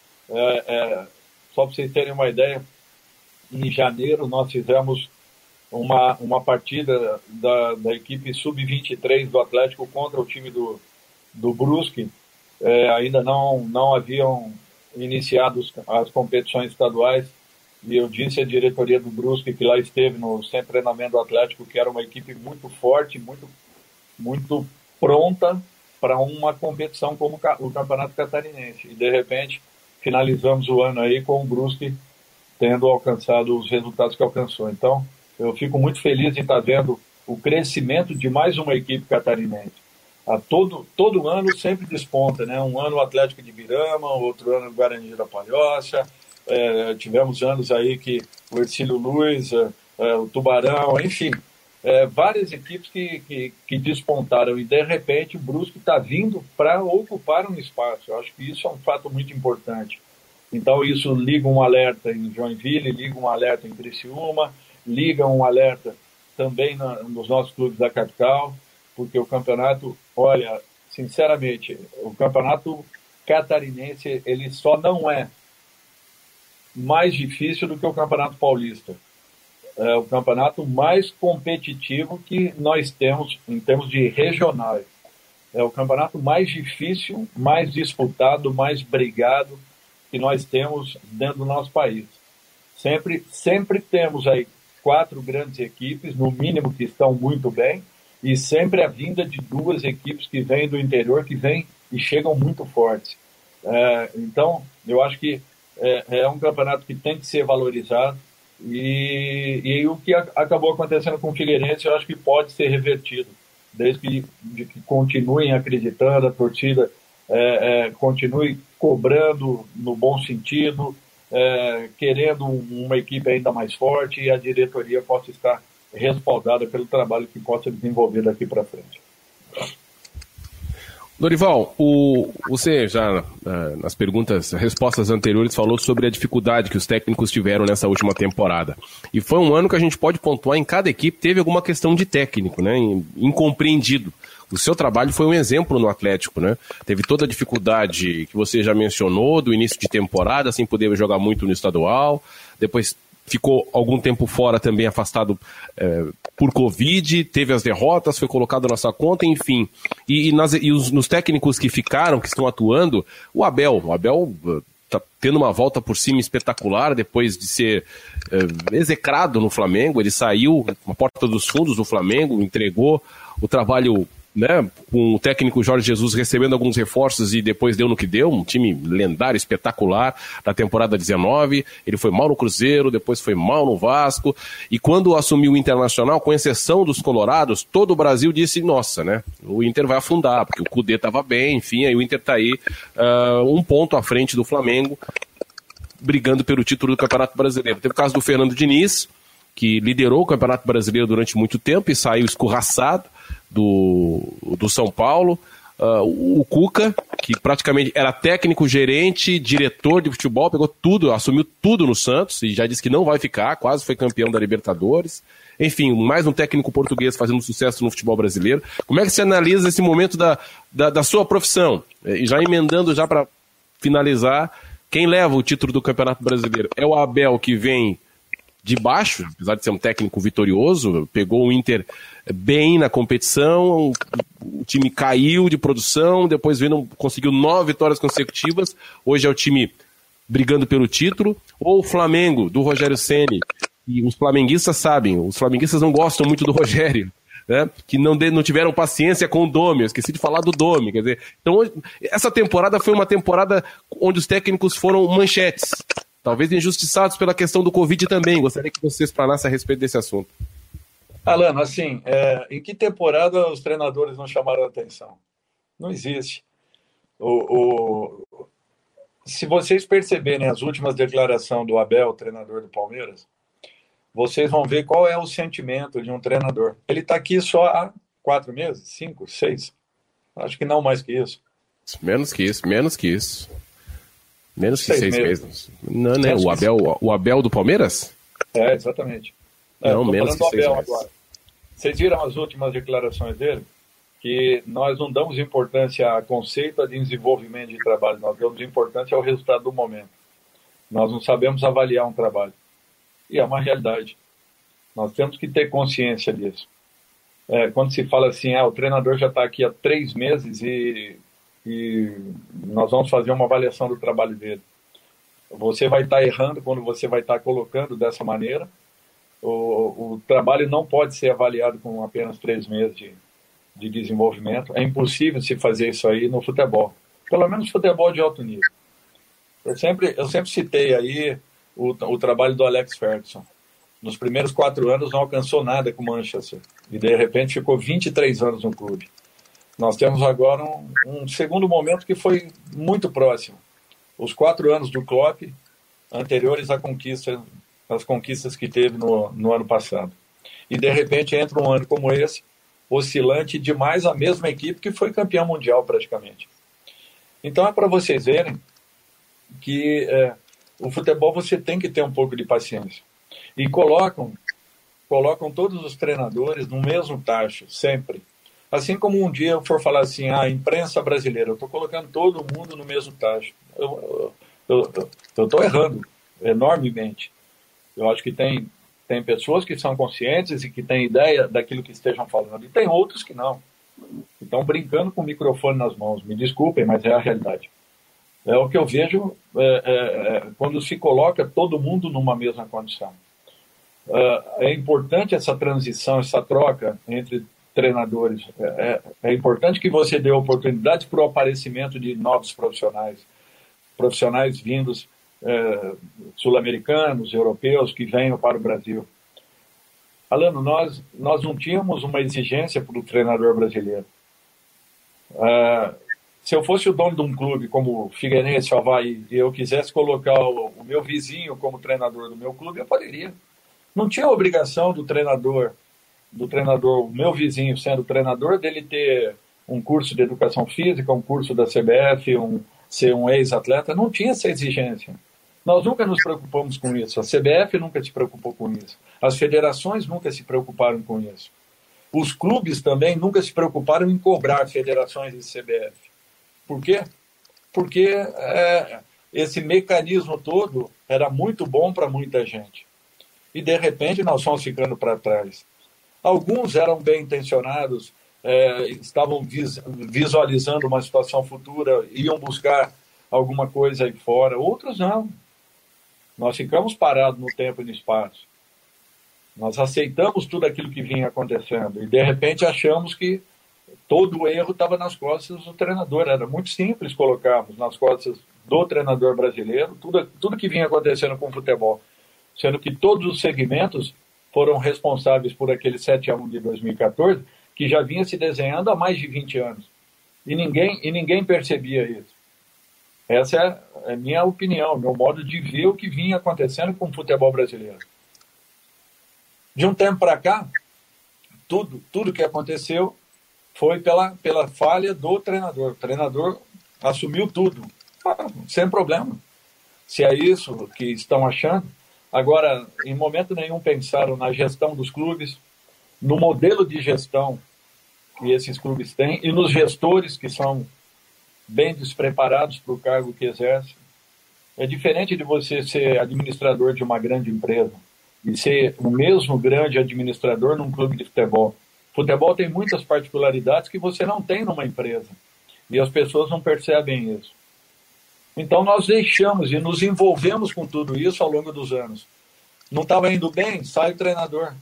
Speaker 2: só para vocês terem uma ideia, em janeiro nós fizemos uma partida da equipe sub-23 do Atlético contra o time do Brusque. Ainda não haviam iniciado as competições estaduais, e eu disse à diretoria do Brusque, que lá esteve no centro de treinamento do Atlético, que era uma equipe muito forte, muito pronta para uma competição como o Campeonato Catarinense. E de repente finalizamos o ano aí com o Brusque tendo alcançado os resultados que alcançou. Então eu fico muito feliz em estar vendo o crescimento de mais uma equipe catarinense. Todo ano sempre desponta, né? Um ano o Atlético de Birama, outro ano o Guarani da Palhoça. Tivemos anos aí que o Ercílio Luz, o Tubarão, enfim, várias equipes que despontaram, e de repente o Brusque está vindo para ocupar um espaço. Eu acho que isso é um fato muito importante. Então isso liga um alerta em Joinville, liga um alerta em Criciúma, liga um alerta também nos nossos clubes da capital, porque o campeonato, olha, sinceramente, o campeonato catarinense, ele só não é mais difícil do que o Campeonato Paulista. É o campeonato mais competitivo que nós temos em termos de regionais. É o campeonato mais difícil, mais disputado, mais brigado que nós temos dentro do nosso país. Sempre temos aí 4 grandes equipes, no mínimo, que estão muito bem, e sempre a vinda de 2 equipes que vêm do interior, que vêm e chegam muito fortes. Então, eu acho que é um campeonato que tem que ser valorizado, e o que acabou acontecendo com o Figueirense, eu acho que pode ser revertido, desde que continuem acreditando, a torcida continue cobrando no bom sentido, querendo uma equipe ainda mais forte, e a diretoria possa estar respaldada pelo trabalho que possa desenvolver daqui para frente.
Speaker 3: Dorival, você já nas respostas anteriores falou sobre a dificuldade que os técnicos tiveram nessa última temporada. E foi um ano que a gente pode pontuar, em cada equipe teve alguma questão de técnico, né, incompreendido. O seu trabalho foi um exemplo no Atlético, né? Teve toda a dificuldade que você já mencionou do início de temporada, sem poder jogar muito no estadual, depois ficou algum tempo fora também, afastado por Covid, teve as derrotas, foi colocado na sua conta, enfim. Nos técnicos que ficaram, que estão atuando, o Abel está tendo uma volta por cima espetacular, depois de ser execrado no Flamengo. Ele saiu na porta dos fundos do Flamengo, entregou o trabalho, né, com o técnico Jorge Jesus recebendo alguns reforços, e depois deu no que deu, um time lendário, espetacular, da temporada 19, ele foi mal no Cruzeiro, depois foi mal no Vasco, e quando assumiu o Internacional, com exceção dos colorados, todo o Brasil disse, nossa, né, o Inter vai afundar, porque o Cudê estava bem, enfim, aí o Inter está aí um ponto à frente do Flamengo, brigando pelo título do Campeonato Brasileiro. Teve o caso do Fernando Diniz, que liderou o Campeonato Brasileiro durante muito tempo e saiu escorraçado do São Paulo. O Cuca, que praticamente era técnico, gerente, diretor de futebol, pegou tudo, assumiu tudo no Santos e já disse que não vai ficar, quase foi campeão da Libertadores. Enfim, mais um técnico português fazendo sucesso no futebol brasileiro. Como é que você analisa esse momento da sua profissão? E já emendando, já para finalizar, quem leva o título do Campeonato Brasileiro? É o Abel, que vem de baixo, apesar de ser um técnico vitorioso, pegou o Inter bem na competição, o time caiu de produção, depois conseguiu 9 vitórias consecutivas, hoje é o time brigando pelo título, ou o Flamengo, do Rogério Ceni, E os flamenguistas sabem, os flamenguistas não gostam muito do Rogério, né? Que não tiveram paciência com o Domi. Eu esqueci de falar do Domi. Quer dizer, então, essa temporada foi uma temporada onde os técnicos foram manchetes, talvez injustiçados pela questão do Covid também. Gostaria que você explanasse a respeito desse assunto.
Speaker 2: Alano, assim, em que temporada os treinadores não chamaram a atenção? Não existe. Se vocês perceberem as últimas declarações do Abel, treinador do Palmeiras, vocês vão ver qual é o sentimento de um treinador. Ele está aqui só há 4 meses, 5, 6. Acho que não mais que isso.
Speaker 3: Menos que isso. Menos que 6 meses. Não, né? O Abel do Palmeiras?
Speaker 2: Exatamente.
Speaker 3: Não, menos que 6 meses. Agora.
Speaker 2: Vocês viram as últimas declarações dele? Que nós não damos importância a conceito, a desenvolvimento de trabalho. Nós damos importância ao resultado do momento. Nós não sabemos avaliar um trabalho. E é uma realidade. Nós temos que ter consciência disso. Quando se fala assim, o treinador já está aqui há 3 meses e nós vamos fazer uma avaliação do trabalho dele. Você vai estar errando quando você vai estar colocando dessa maneira. O trabalho não pode ser avaliado com apenas 3 meses de desenvolvimento. É impossível se fazer isso aí no futebol. Pelo menos futebol de alto nível. Eu sempre citei aí o trabalho do Alex Ferguson. Nos primeiros 4 anos não alcançou nada com o Manchester. E de repente ficou 23 anos no clube. Nós temos agora um segundo momento que foi muito próximo. Os 4 anos do Klopp, anteriores às conquistas que teve no ano passado. E de repente entra um ano como esse, oscilante demais, a mesma equipe que foi campeã mundial praticamente. Então é para vocês verem que o futebol você tem que ter um pouco de paciência. E colocam todos os treinadores no mesmo tacho, sempre. Assim como um dia eu for falar assim, a imprensa brasileira, eu estou colocando todo mundo no mesmo tacho. Eu estou errando enormemente. Eu acho que tem pessoas que são conscientes e que têm ideia daquilo que estejam falando. E tem outros que não. Estão brincando com o microfone nas mãos. Me desculpem, mas é a realidade. É o que eu vejo quando se coloca todo mundo numa mesma condição. É importante essa transição, essa troca entre treinadores. É importante que você dê oportunidade para o aparecimento de novos profissionais vindos sul-americanos, europeus, que venham para o Brasil. Alano, nós não tínhamos uma exigência para o treinador brasileiro. Se eu fosse o dono de um clube como o Figueirense, o Avaí, e eu quisesse colocar o meu vizinho como treinador do meu clube, eu poderia. Não tinha obrigação do treinador, o meu vizinho sendo treinador, dele ter um curso de educação física, um curso da CBF, ser um ex-atleta. Não tinha essa exigência. Nós nunca nos preocupamos com isso. A CBF nunca se preocupou com isso. As federações nunca se preocuparam com isso. Os clubes também nunca se preocuparam em cobrar federações e CBF. Por quê? Porque esse mecanismo todo era muito bom para muita gente. E, de repente, nós fomos ficando para trás. Alguns eram bem intencionados, estavam visualizando uma situação futura, iam buscar alguma coisa aí fora. Outros não. Nós ficamos parados no tempo e no espaço. Nós aceitamos tudo aquilo que vinha acontecendo. E, de repente, achamos que todo o erro estava nas costas do treinador. Era muito simples colocarmos nas costas do treinador brasileiro tudo que vinha acontecendo com o futebol. Sendo que todos os segmentos foram responsáveis por aquele 7-1 de 2014, que já vinha se desenhando há mais de 20 anos. E ninguém percebia isso. Essa é a minha opinião, meu modo de ver o que vinha acontecendo com o futebol brasileiro. De um tempo para cá, tudo que aconteceu foi pela falha do treinador. O treinador assumiu tudo, sem problema. Se é isso que estão achando. Agora, em momento nenhum pensaram na gestão dos clubes, no modelo de gestão que esses clubes têm e nos gestores que são bem despreparados para o cargo que exercem. É diferente de você ser administrador de uma grande empresa e ser o mesmo grande administrador num clube de futebol. Futebol tem muitas particularidades que você não tem numa empresa e as pessoas não percebem isso. Então nós deixamos e nos envolvemos com tudo isso ao longo dos anos. Não estava indo bem? Sai o treinador.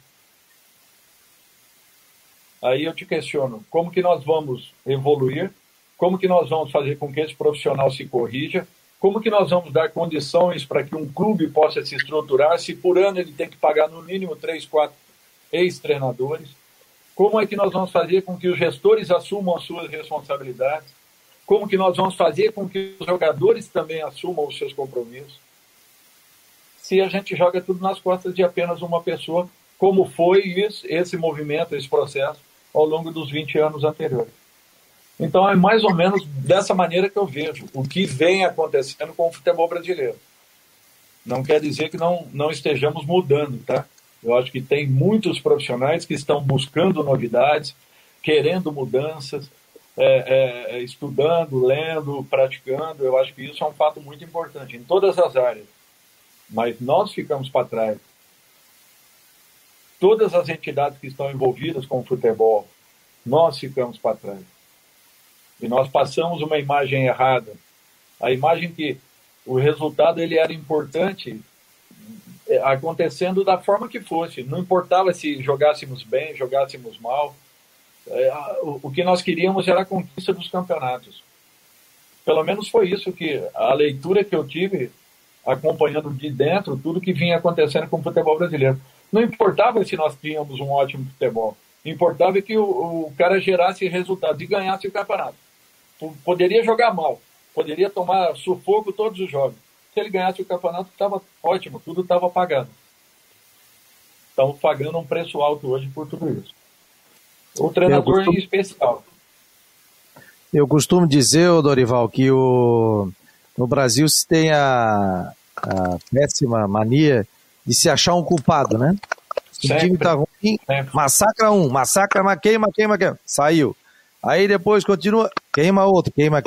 Speaker 2: Aí eu te questiono, como que nós vamos evoluir? Como que nós vamos fazer com que esse profissional se corrija? Como que nós vamos dar condições para que um clube possa se estruturar se por ano ele tem que pagar no mínimo 3, 4 ex-treinadores? Como é que nós vamos fazer com que os gestores assumam as suas responsabilidades? Como que nós vamos fazer com que os jogadores também assumam os seus compromissos? Se a gente joga tudo nas costas de apenas uma pessoa, como foi esse movimento, esse processo, ao longo dos 20 anos anteriores. Então é mais ou menos dessa maneira que eu vejo o que vem acontecendo com o futebol brasileiro. Não quer dizer que não estejamos mudando, tá? Eu acho que tem muitos profissionais que estão buscando novidades, querendo mudanças, estudando, lendo, praticando. Eu acho que isso é um fato muito importante em todas as áreas. Mas nós ficamos para trás. Todas as entidades que estão envolvidas com o futebol, nós ficamos para trás. E nós passamos uma imagem errada. A imagem que o resultado ele era importante acontecendo da forma que fosse. Não importava se jogássemos bem, jogássemos mal. O que nós queríamos era a conquista dos campeonatos. Pelo menos foi isso que a leitura que eu tive acompanhando de dentro tudo que vinha acontecendo com o futebol brasileiro. Não importava se nós tínhamos um ótimo futebol. Importava que o cara gerasse resultados e ganhasse o campeonato. Poderia jogar mal, poderia tomar sufoco todos os jogos. Se ele ganhasse o campeonato, estava ótimo, tudo estava pagando. Estamos pagando um preço alto hoje por tudo isso. O treinador em especial.
Speaker 1: Eu costumo dizer, Dorival, que no Brasil se tem a péssima mania de se achar um culpado, né? Se o time tá ruim, massacra um, massacra, mas queima. Saiu. Aí depois continua, queima outro, queima.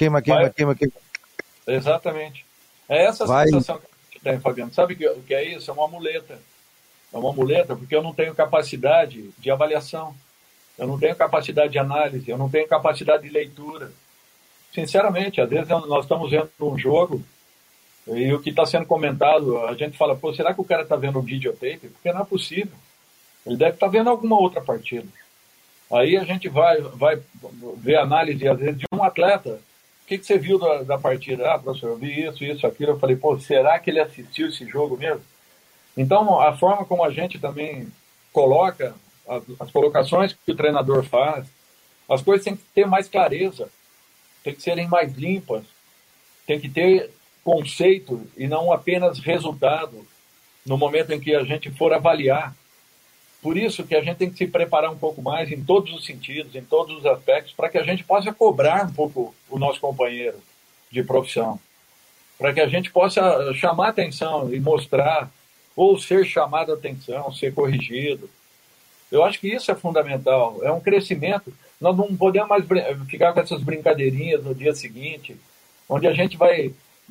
Speaker 2: Exatamente. É essa a sensação que a gente tem, Fabiano. Sabe o que é isso? É uma muleta. É uma muleta porque eu não tenho capacidade de avaliação. Eu não tenho capacidade de análise, eu não tenho capacidade de leitura. Sinceramente, às vezes nós estamos vendo um jogo e o que está sendo comentado, a gente fala, pô, será que o cara está vendo um videotape? Porque não é possível. Ele deve estar vendo alguma outra partida. Aí a gente vai ver análise, às vezes, de um atleta. O que você viu da partida? Ah, professor, eu vi isso, aquilo. Eu falei, pô, será que ele assistiu esse jogo mesmo? Então, a forma como a gente também coloca, as colocações que o treinador faz, as coisas têm que ter mais clareza, tem que serem mais limpas, tem que ter conceito e não apenas resultado no momento em que a gente for avaliar. Por isso que a gente tem que se preparar um pouco mais em todos os sentidos, em todos os aspectos, para que a gente possa cobrar um pouco o nosso companheiro de profissão, para que a gente possa chamar atenção e mostrar, ou ser chamado a atenção, ser corrigido. Eu acho que isso é fundamental, é um crescimento. Nós não podemos mais ficar com essas brincadeirinhas no dia seguinte, onde a gente vai...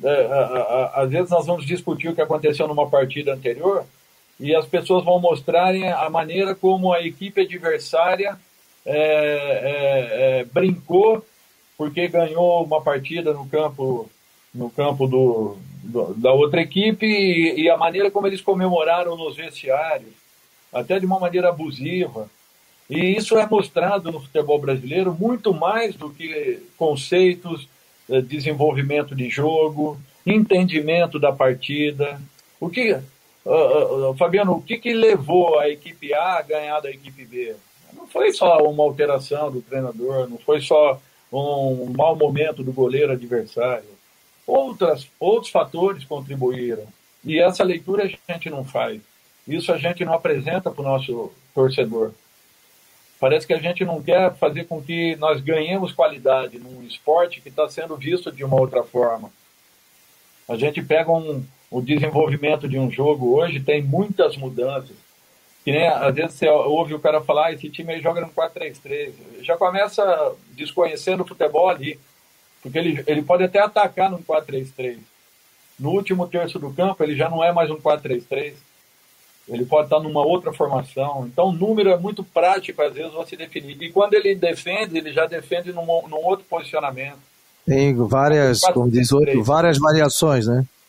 Speaker 2: às vezes nós vamos discutir o que aconteceu numa partida anterior e as pessoas vão mostrarem a maneira como a equipe adversária brincou porque ganhou uma partida no campo da outra equipe e a maneira como eles comemoraram nos vestiários, até de uma maneira abusiva. E isso é mostrado no futebol brasileiro muito mais do que conceitos, desenvolvimento de jogo, entendimento da partida. Fabiano, o que levou a equipe A a ganhar da equipe B? Não foi só uma alteração do treinador, não foi só um mau momento do goleiro adversário. Outros fatores contribuíram. E essa leitura a gente não faz. Isso a gente não apresenta para o nosso torcedor. Parece que a gente não quer fazer com que nós ganhemos qualidade num esporte que está sendo visto de uma outra forma. A gente pega o desenvolvimento de um jogo hoje, tem muitas mudanças. Que nem, às vezes você ouve o cara falar, esse time aí joga no 4-3-3. Já começa desconhecendo o futebol ali. Porque ele pode até atacar no 4-3-3. No último terço do campo, ele já não é mais um 4-3-3. Ele pode estar numa outra formação. Então, o número é muito prático, às vezes, você definir. E quando ele defende, ele já defende num outro posicionamento.
Speaker 1: Tem várias, como diz outro, várias variações, né?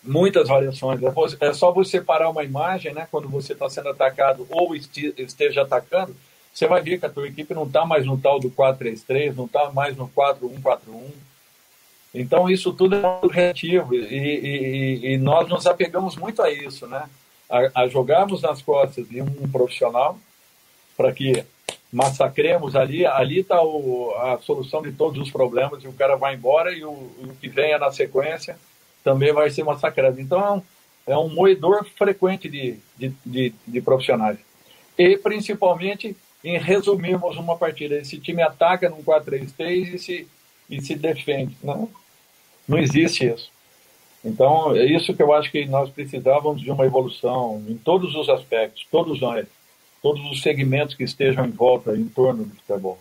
Speaker 2: Muitas variações. É só você parar uma imagem, né? Quando você está sendo atacado ou esteja atacando, você vai ver que a tua equipe não está mais no tal do 4-3-3, não está mais no 4-1-4-1. Então, isso tudo é muito reativo e nós nos apegamos muito a isso, né? A jogarmos nas costas de um profissional para que massacremos ali está a solução de todos os problemas e o cara vai embora e o que venha na sequência também vai ser massacrado. Então, é um moedor frequente de profissionais. E, principalmente, em resumirmos uma partida. Esse time ataca num 4-3-3 e se defende. Não existe isso. Então, é isso que eu acho que nós precisávamos de uma evolução em todos os aspectos, todos os segmentos que estejam em volta, em torno do futebol.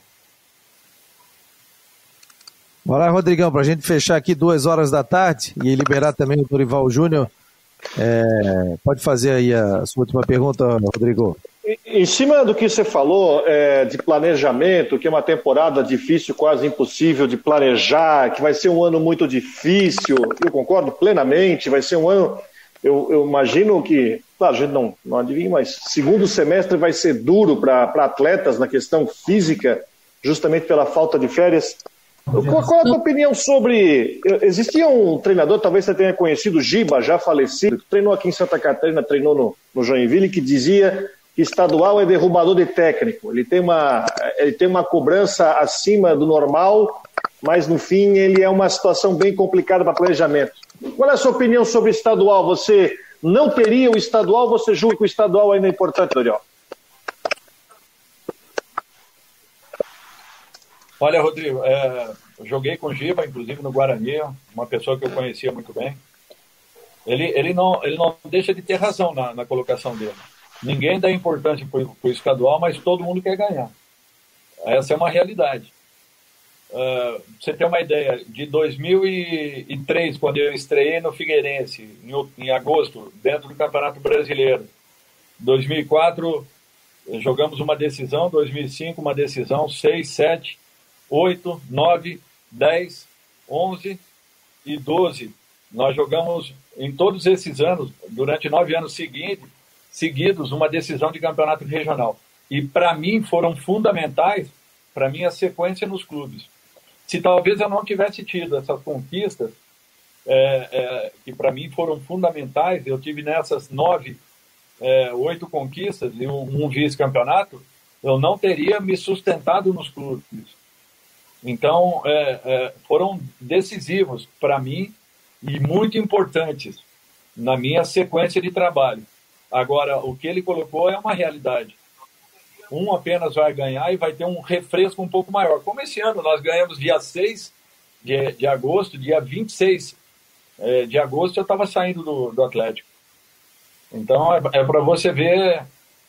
Speaker 1: Bora lá, Rodrigão, para a gente fechar aqui 2 horas da tarde e liberar também o Dorival Júnior. Pode fazer aí a sua última pergunta, Rodrigo.
Speaker 4: Em cima do que você falou de planejamento, que é uma temporada difícil, quase impossível de planejar, que vai ser um ano muito difícil, eu concordo plenamente, vai ser um ano, eu imagino que, claro, a gente não adivinha, mas segundo semestre vai ser duro para atletas na questão física, justamente pela falta de férias. Qual é a tua opinião sobre... Existia um treinador, talvez você tenha conhecido, Giba, já falecido, que treinou aqui em Santa Catarina, treinou no Joinville, que dizia que estadual é derrubador de técnico. Ele tem uma cobrança acima do normal, mas no fim ele é uma situação bem complicada para planejamento. Qual é a sua opinião sobre o estadual? Você não teria o estadual, você julga que o estadual ainda é importante, Dorival?
Speaker 2: Olha, Rodrigo, eu joguei com o Giba, inclusive no Guarani, uma pessoa que eu conhecia muito bem. Ele não deixa de ter razão na colocação dele. Ninguém dá importância para o estadual, mas todo mundo quer ganhar. Essa é uma realidade. Você tem uma ideia, de 2003, quando eu estreiei no Figueirense, em agosto, dentro do Campeonato Brasileiro. 2004, jogamos uma decisão, 2005, uma decisão, 6, 7, 8, 9, 10, 11 e 12. Nós jogamos em todos esses anos, durante 9 anos seguidos, uma decisão de campeonato regional. E para mim foram fundamentais para minha sequência nos clubes. Se talvez eu não tivesse tido essas conquistas, que para mim foram fundamentais, eu tive nessas 8 conquistas e um vice-campeonato, eu não teria me sustentado nos clubes. Então, foram decisivos para mim e muito importantes na minha sequência de trabalho. Agora, o que ele colocou é uma realidade. Um apenas vai ganhar e vai ter um refresco um pouco maior. Como esse ano nós ganhamos dia 6 de agosto, dia 26 de agosto eu estava saindo do Atlético. Então, é para você ver...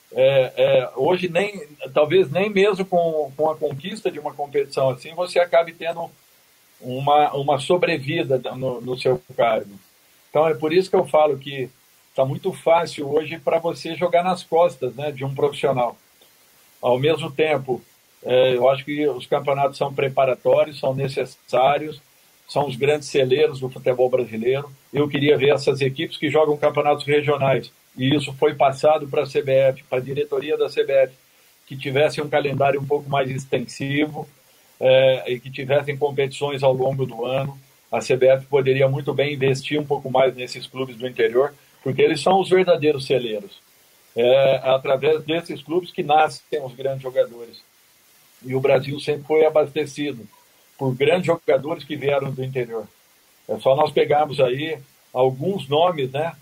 Speaker 2: hoje talvez nem mesmo com a conquista de uma competição assim você acabe tendo uma sobrevida no seu cargo. Então é por isso que eu falo que está muito fácil hoje para você jogar nas costas, né, de um profissional. Ao mesmo tempo, eu acho que os campeonatos são preparatórios, são necessários, são os grandes celeiros do futebol brasileiro. Eu queria ver essas equipes que jogam campeonatos regionais, e isso foi passado para a CBF, para a diretoria da CBF, que tivesse um calendário um pouco mais extensivo e que tivessem competições ao longo do ano. A CBF poderia muito bem investir um pouco mais nesses clubes do interior, porque eles são os verdadeiros celeiros. Através desses clubes que nascem os grandes jogadores. E o Brasil sempre foi abastecido por grandes jogadores que vieram do interior. É só nós pegarmos aí alguns nomes, né?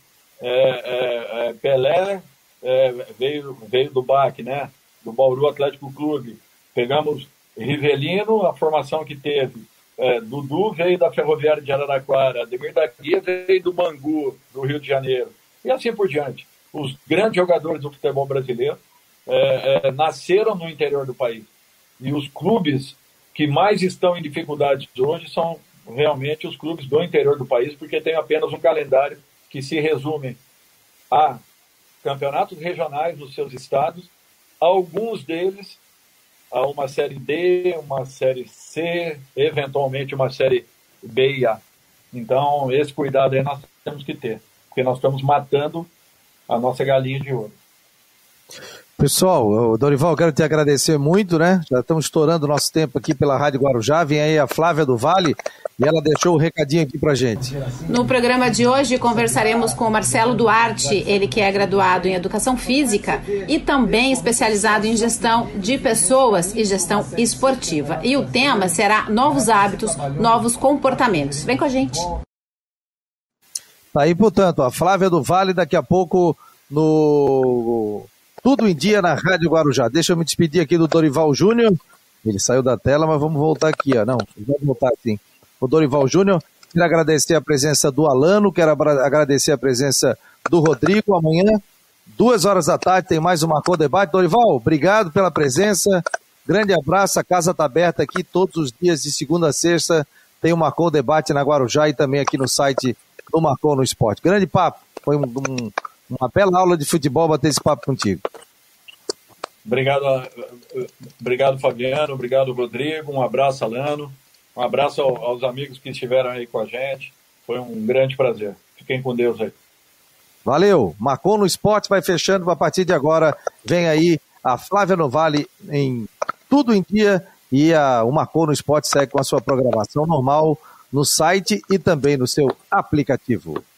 Speaker 2: Pelé veio do BAC, né? Do Bauru Atlético Clube. Pegamos Rivelino, a formação que teve. Dudu veio da Ferroviária de Araraquara. Ademir da Guia veio do Bangu, do Rio de Janeiro. E assim por diante. Os grandes jogadores do futebol brasileiro nasceram no interior do país. E os clubes que mais estão em dificuldades hoje são realmente os clubes do interior do país, porque tem apenas um calendário que se resume a campeonatos regionais dos seus estados, alguns deles a uma série D, uma série C, eventualmente uma série B e A. Então, esse cuidado aí nós temos que ter, porque nós estamos matando a nossa galinha de ouro.
Speaker 1: Pessoal, Dorival, quero te agradecer muito, né? Já estamos estourando o nosso tempo aqui pela Rádio Guarujá. Vem aí a Flávia do Vale e ela deixou o recadinho aqui pra gente.
Speaker 6: No programa de hoje conversaremos com o Marcelo Duarte, ele que é graduado em Educação Física e também especializado em gestão de pessoas e gestão esportiva. E o tema será novos hábitos, novos comportamentos. Vem com a gente.
Speaker 1: Tá aí, portanto, a Flávia do Vale daqui a pouco no Tudo em Dia na Rádio Guarujá. Deixa eu me despedir aqui do Dorival Júnior. Ele saiu da tela, mas vamos voltar aqui, ó. Não, vamos voltar sim. O Dorival Júnior, quero agradecer a presença do Alano, quero agradecer a presença do Rodrigo. Amanhã, 2h da tarde, tem mais um Marcou Debate. Dorival, obrigado pela presença. Grande abraço, a casa está aberta aqui todos os dias, de segunda a sexta. Tem o Marcou Debate na Guarujá e também aqui no site do Marcou no Esporte. Grande papo, foi uma bela aula de futebol bater esse papo contigo.
Speaker 2: Obrigado, Fabiano, obrigado, Rodrigo, um abraço, Alano, um abraço aos amigos que estiveram aí com a gente, foi um grande prazer. Fiquem com Deus aí.
Speaker 1: Valeu, Marcou no Esporte vai fechando, a partir de agora vem aí a Flávia Novale em Tudo em Dia e o Marcou no Esporte segue com a sua programação normal no site e também no seu aplicativo.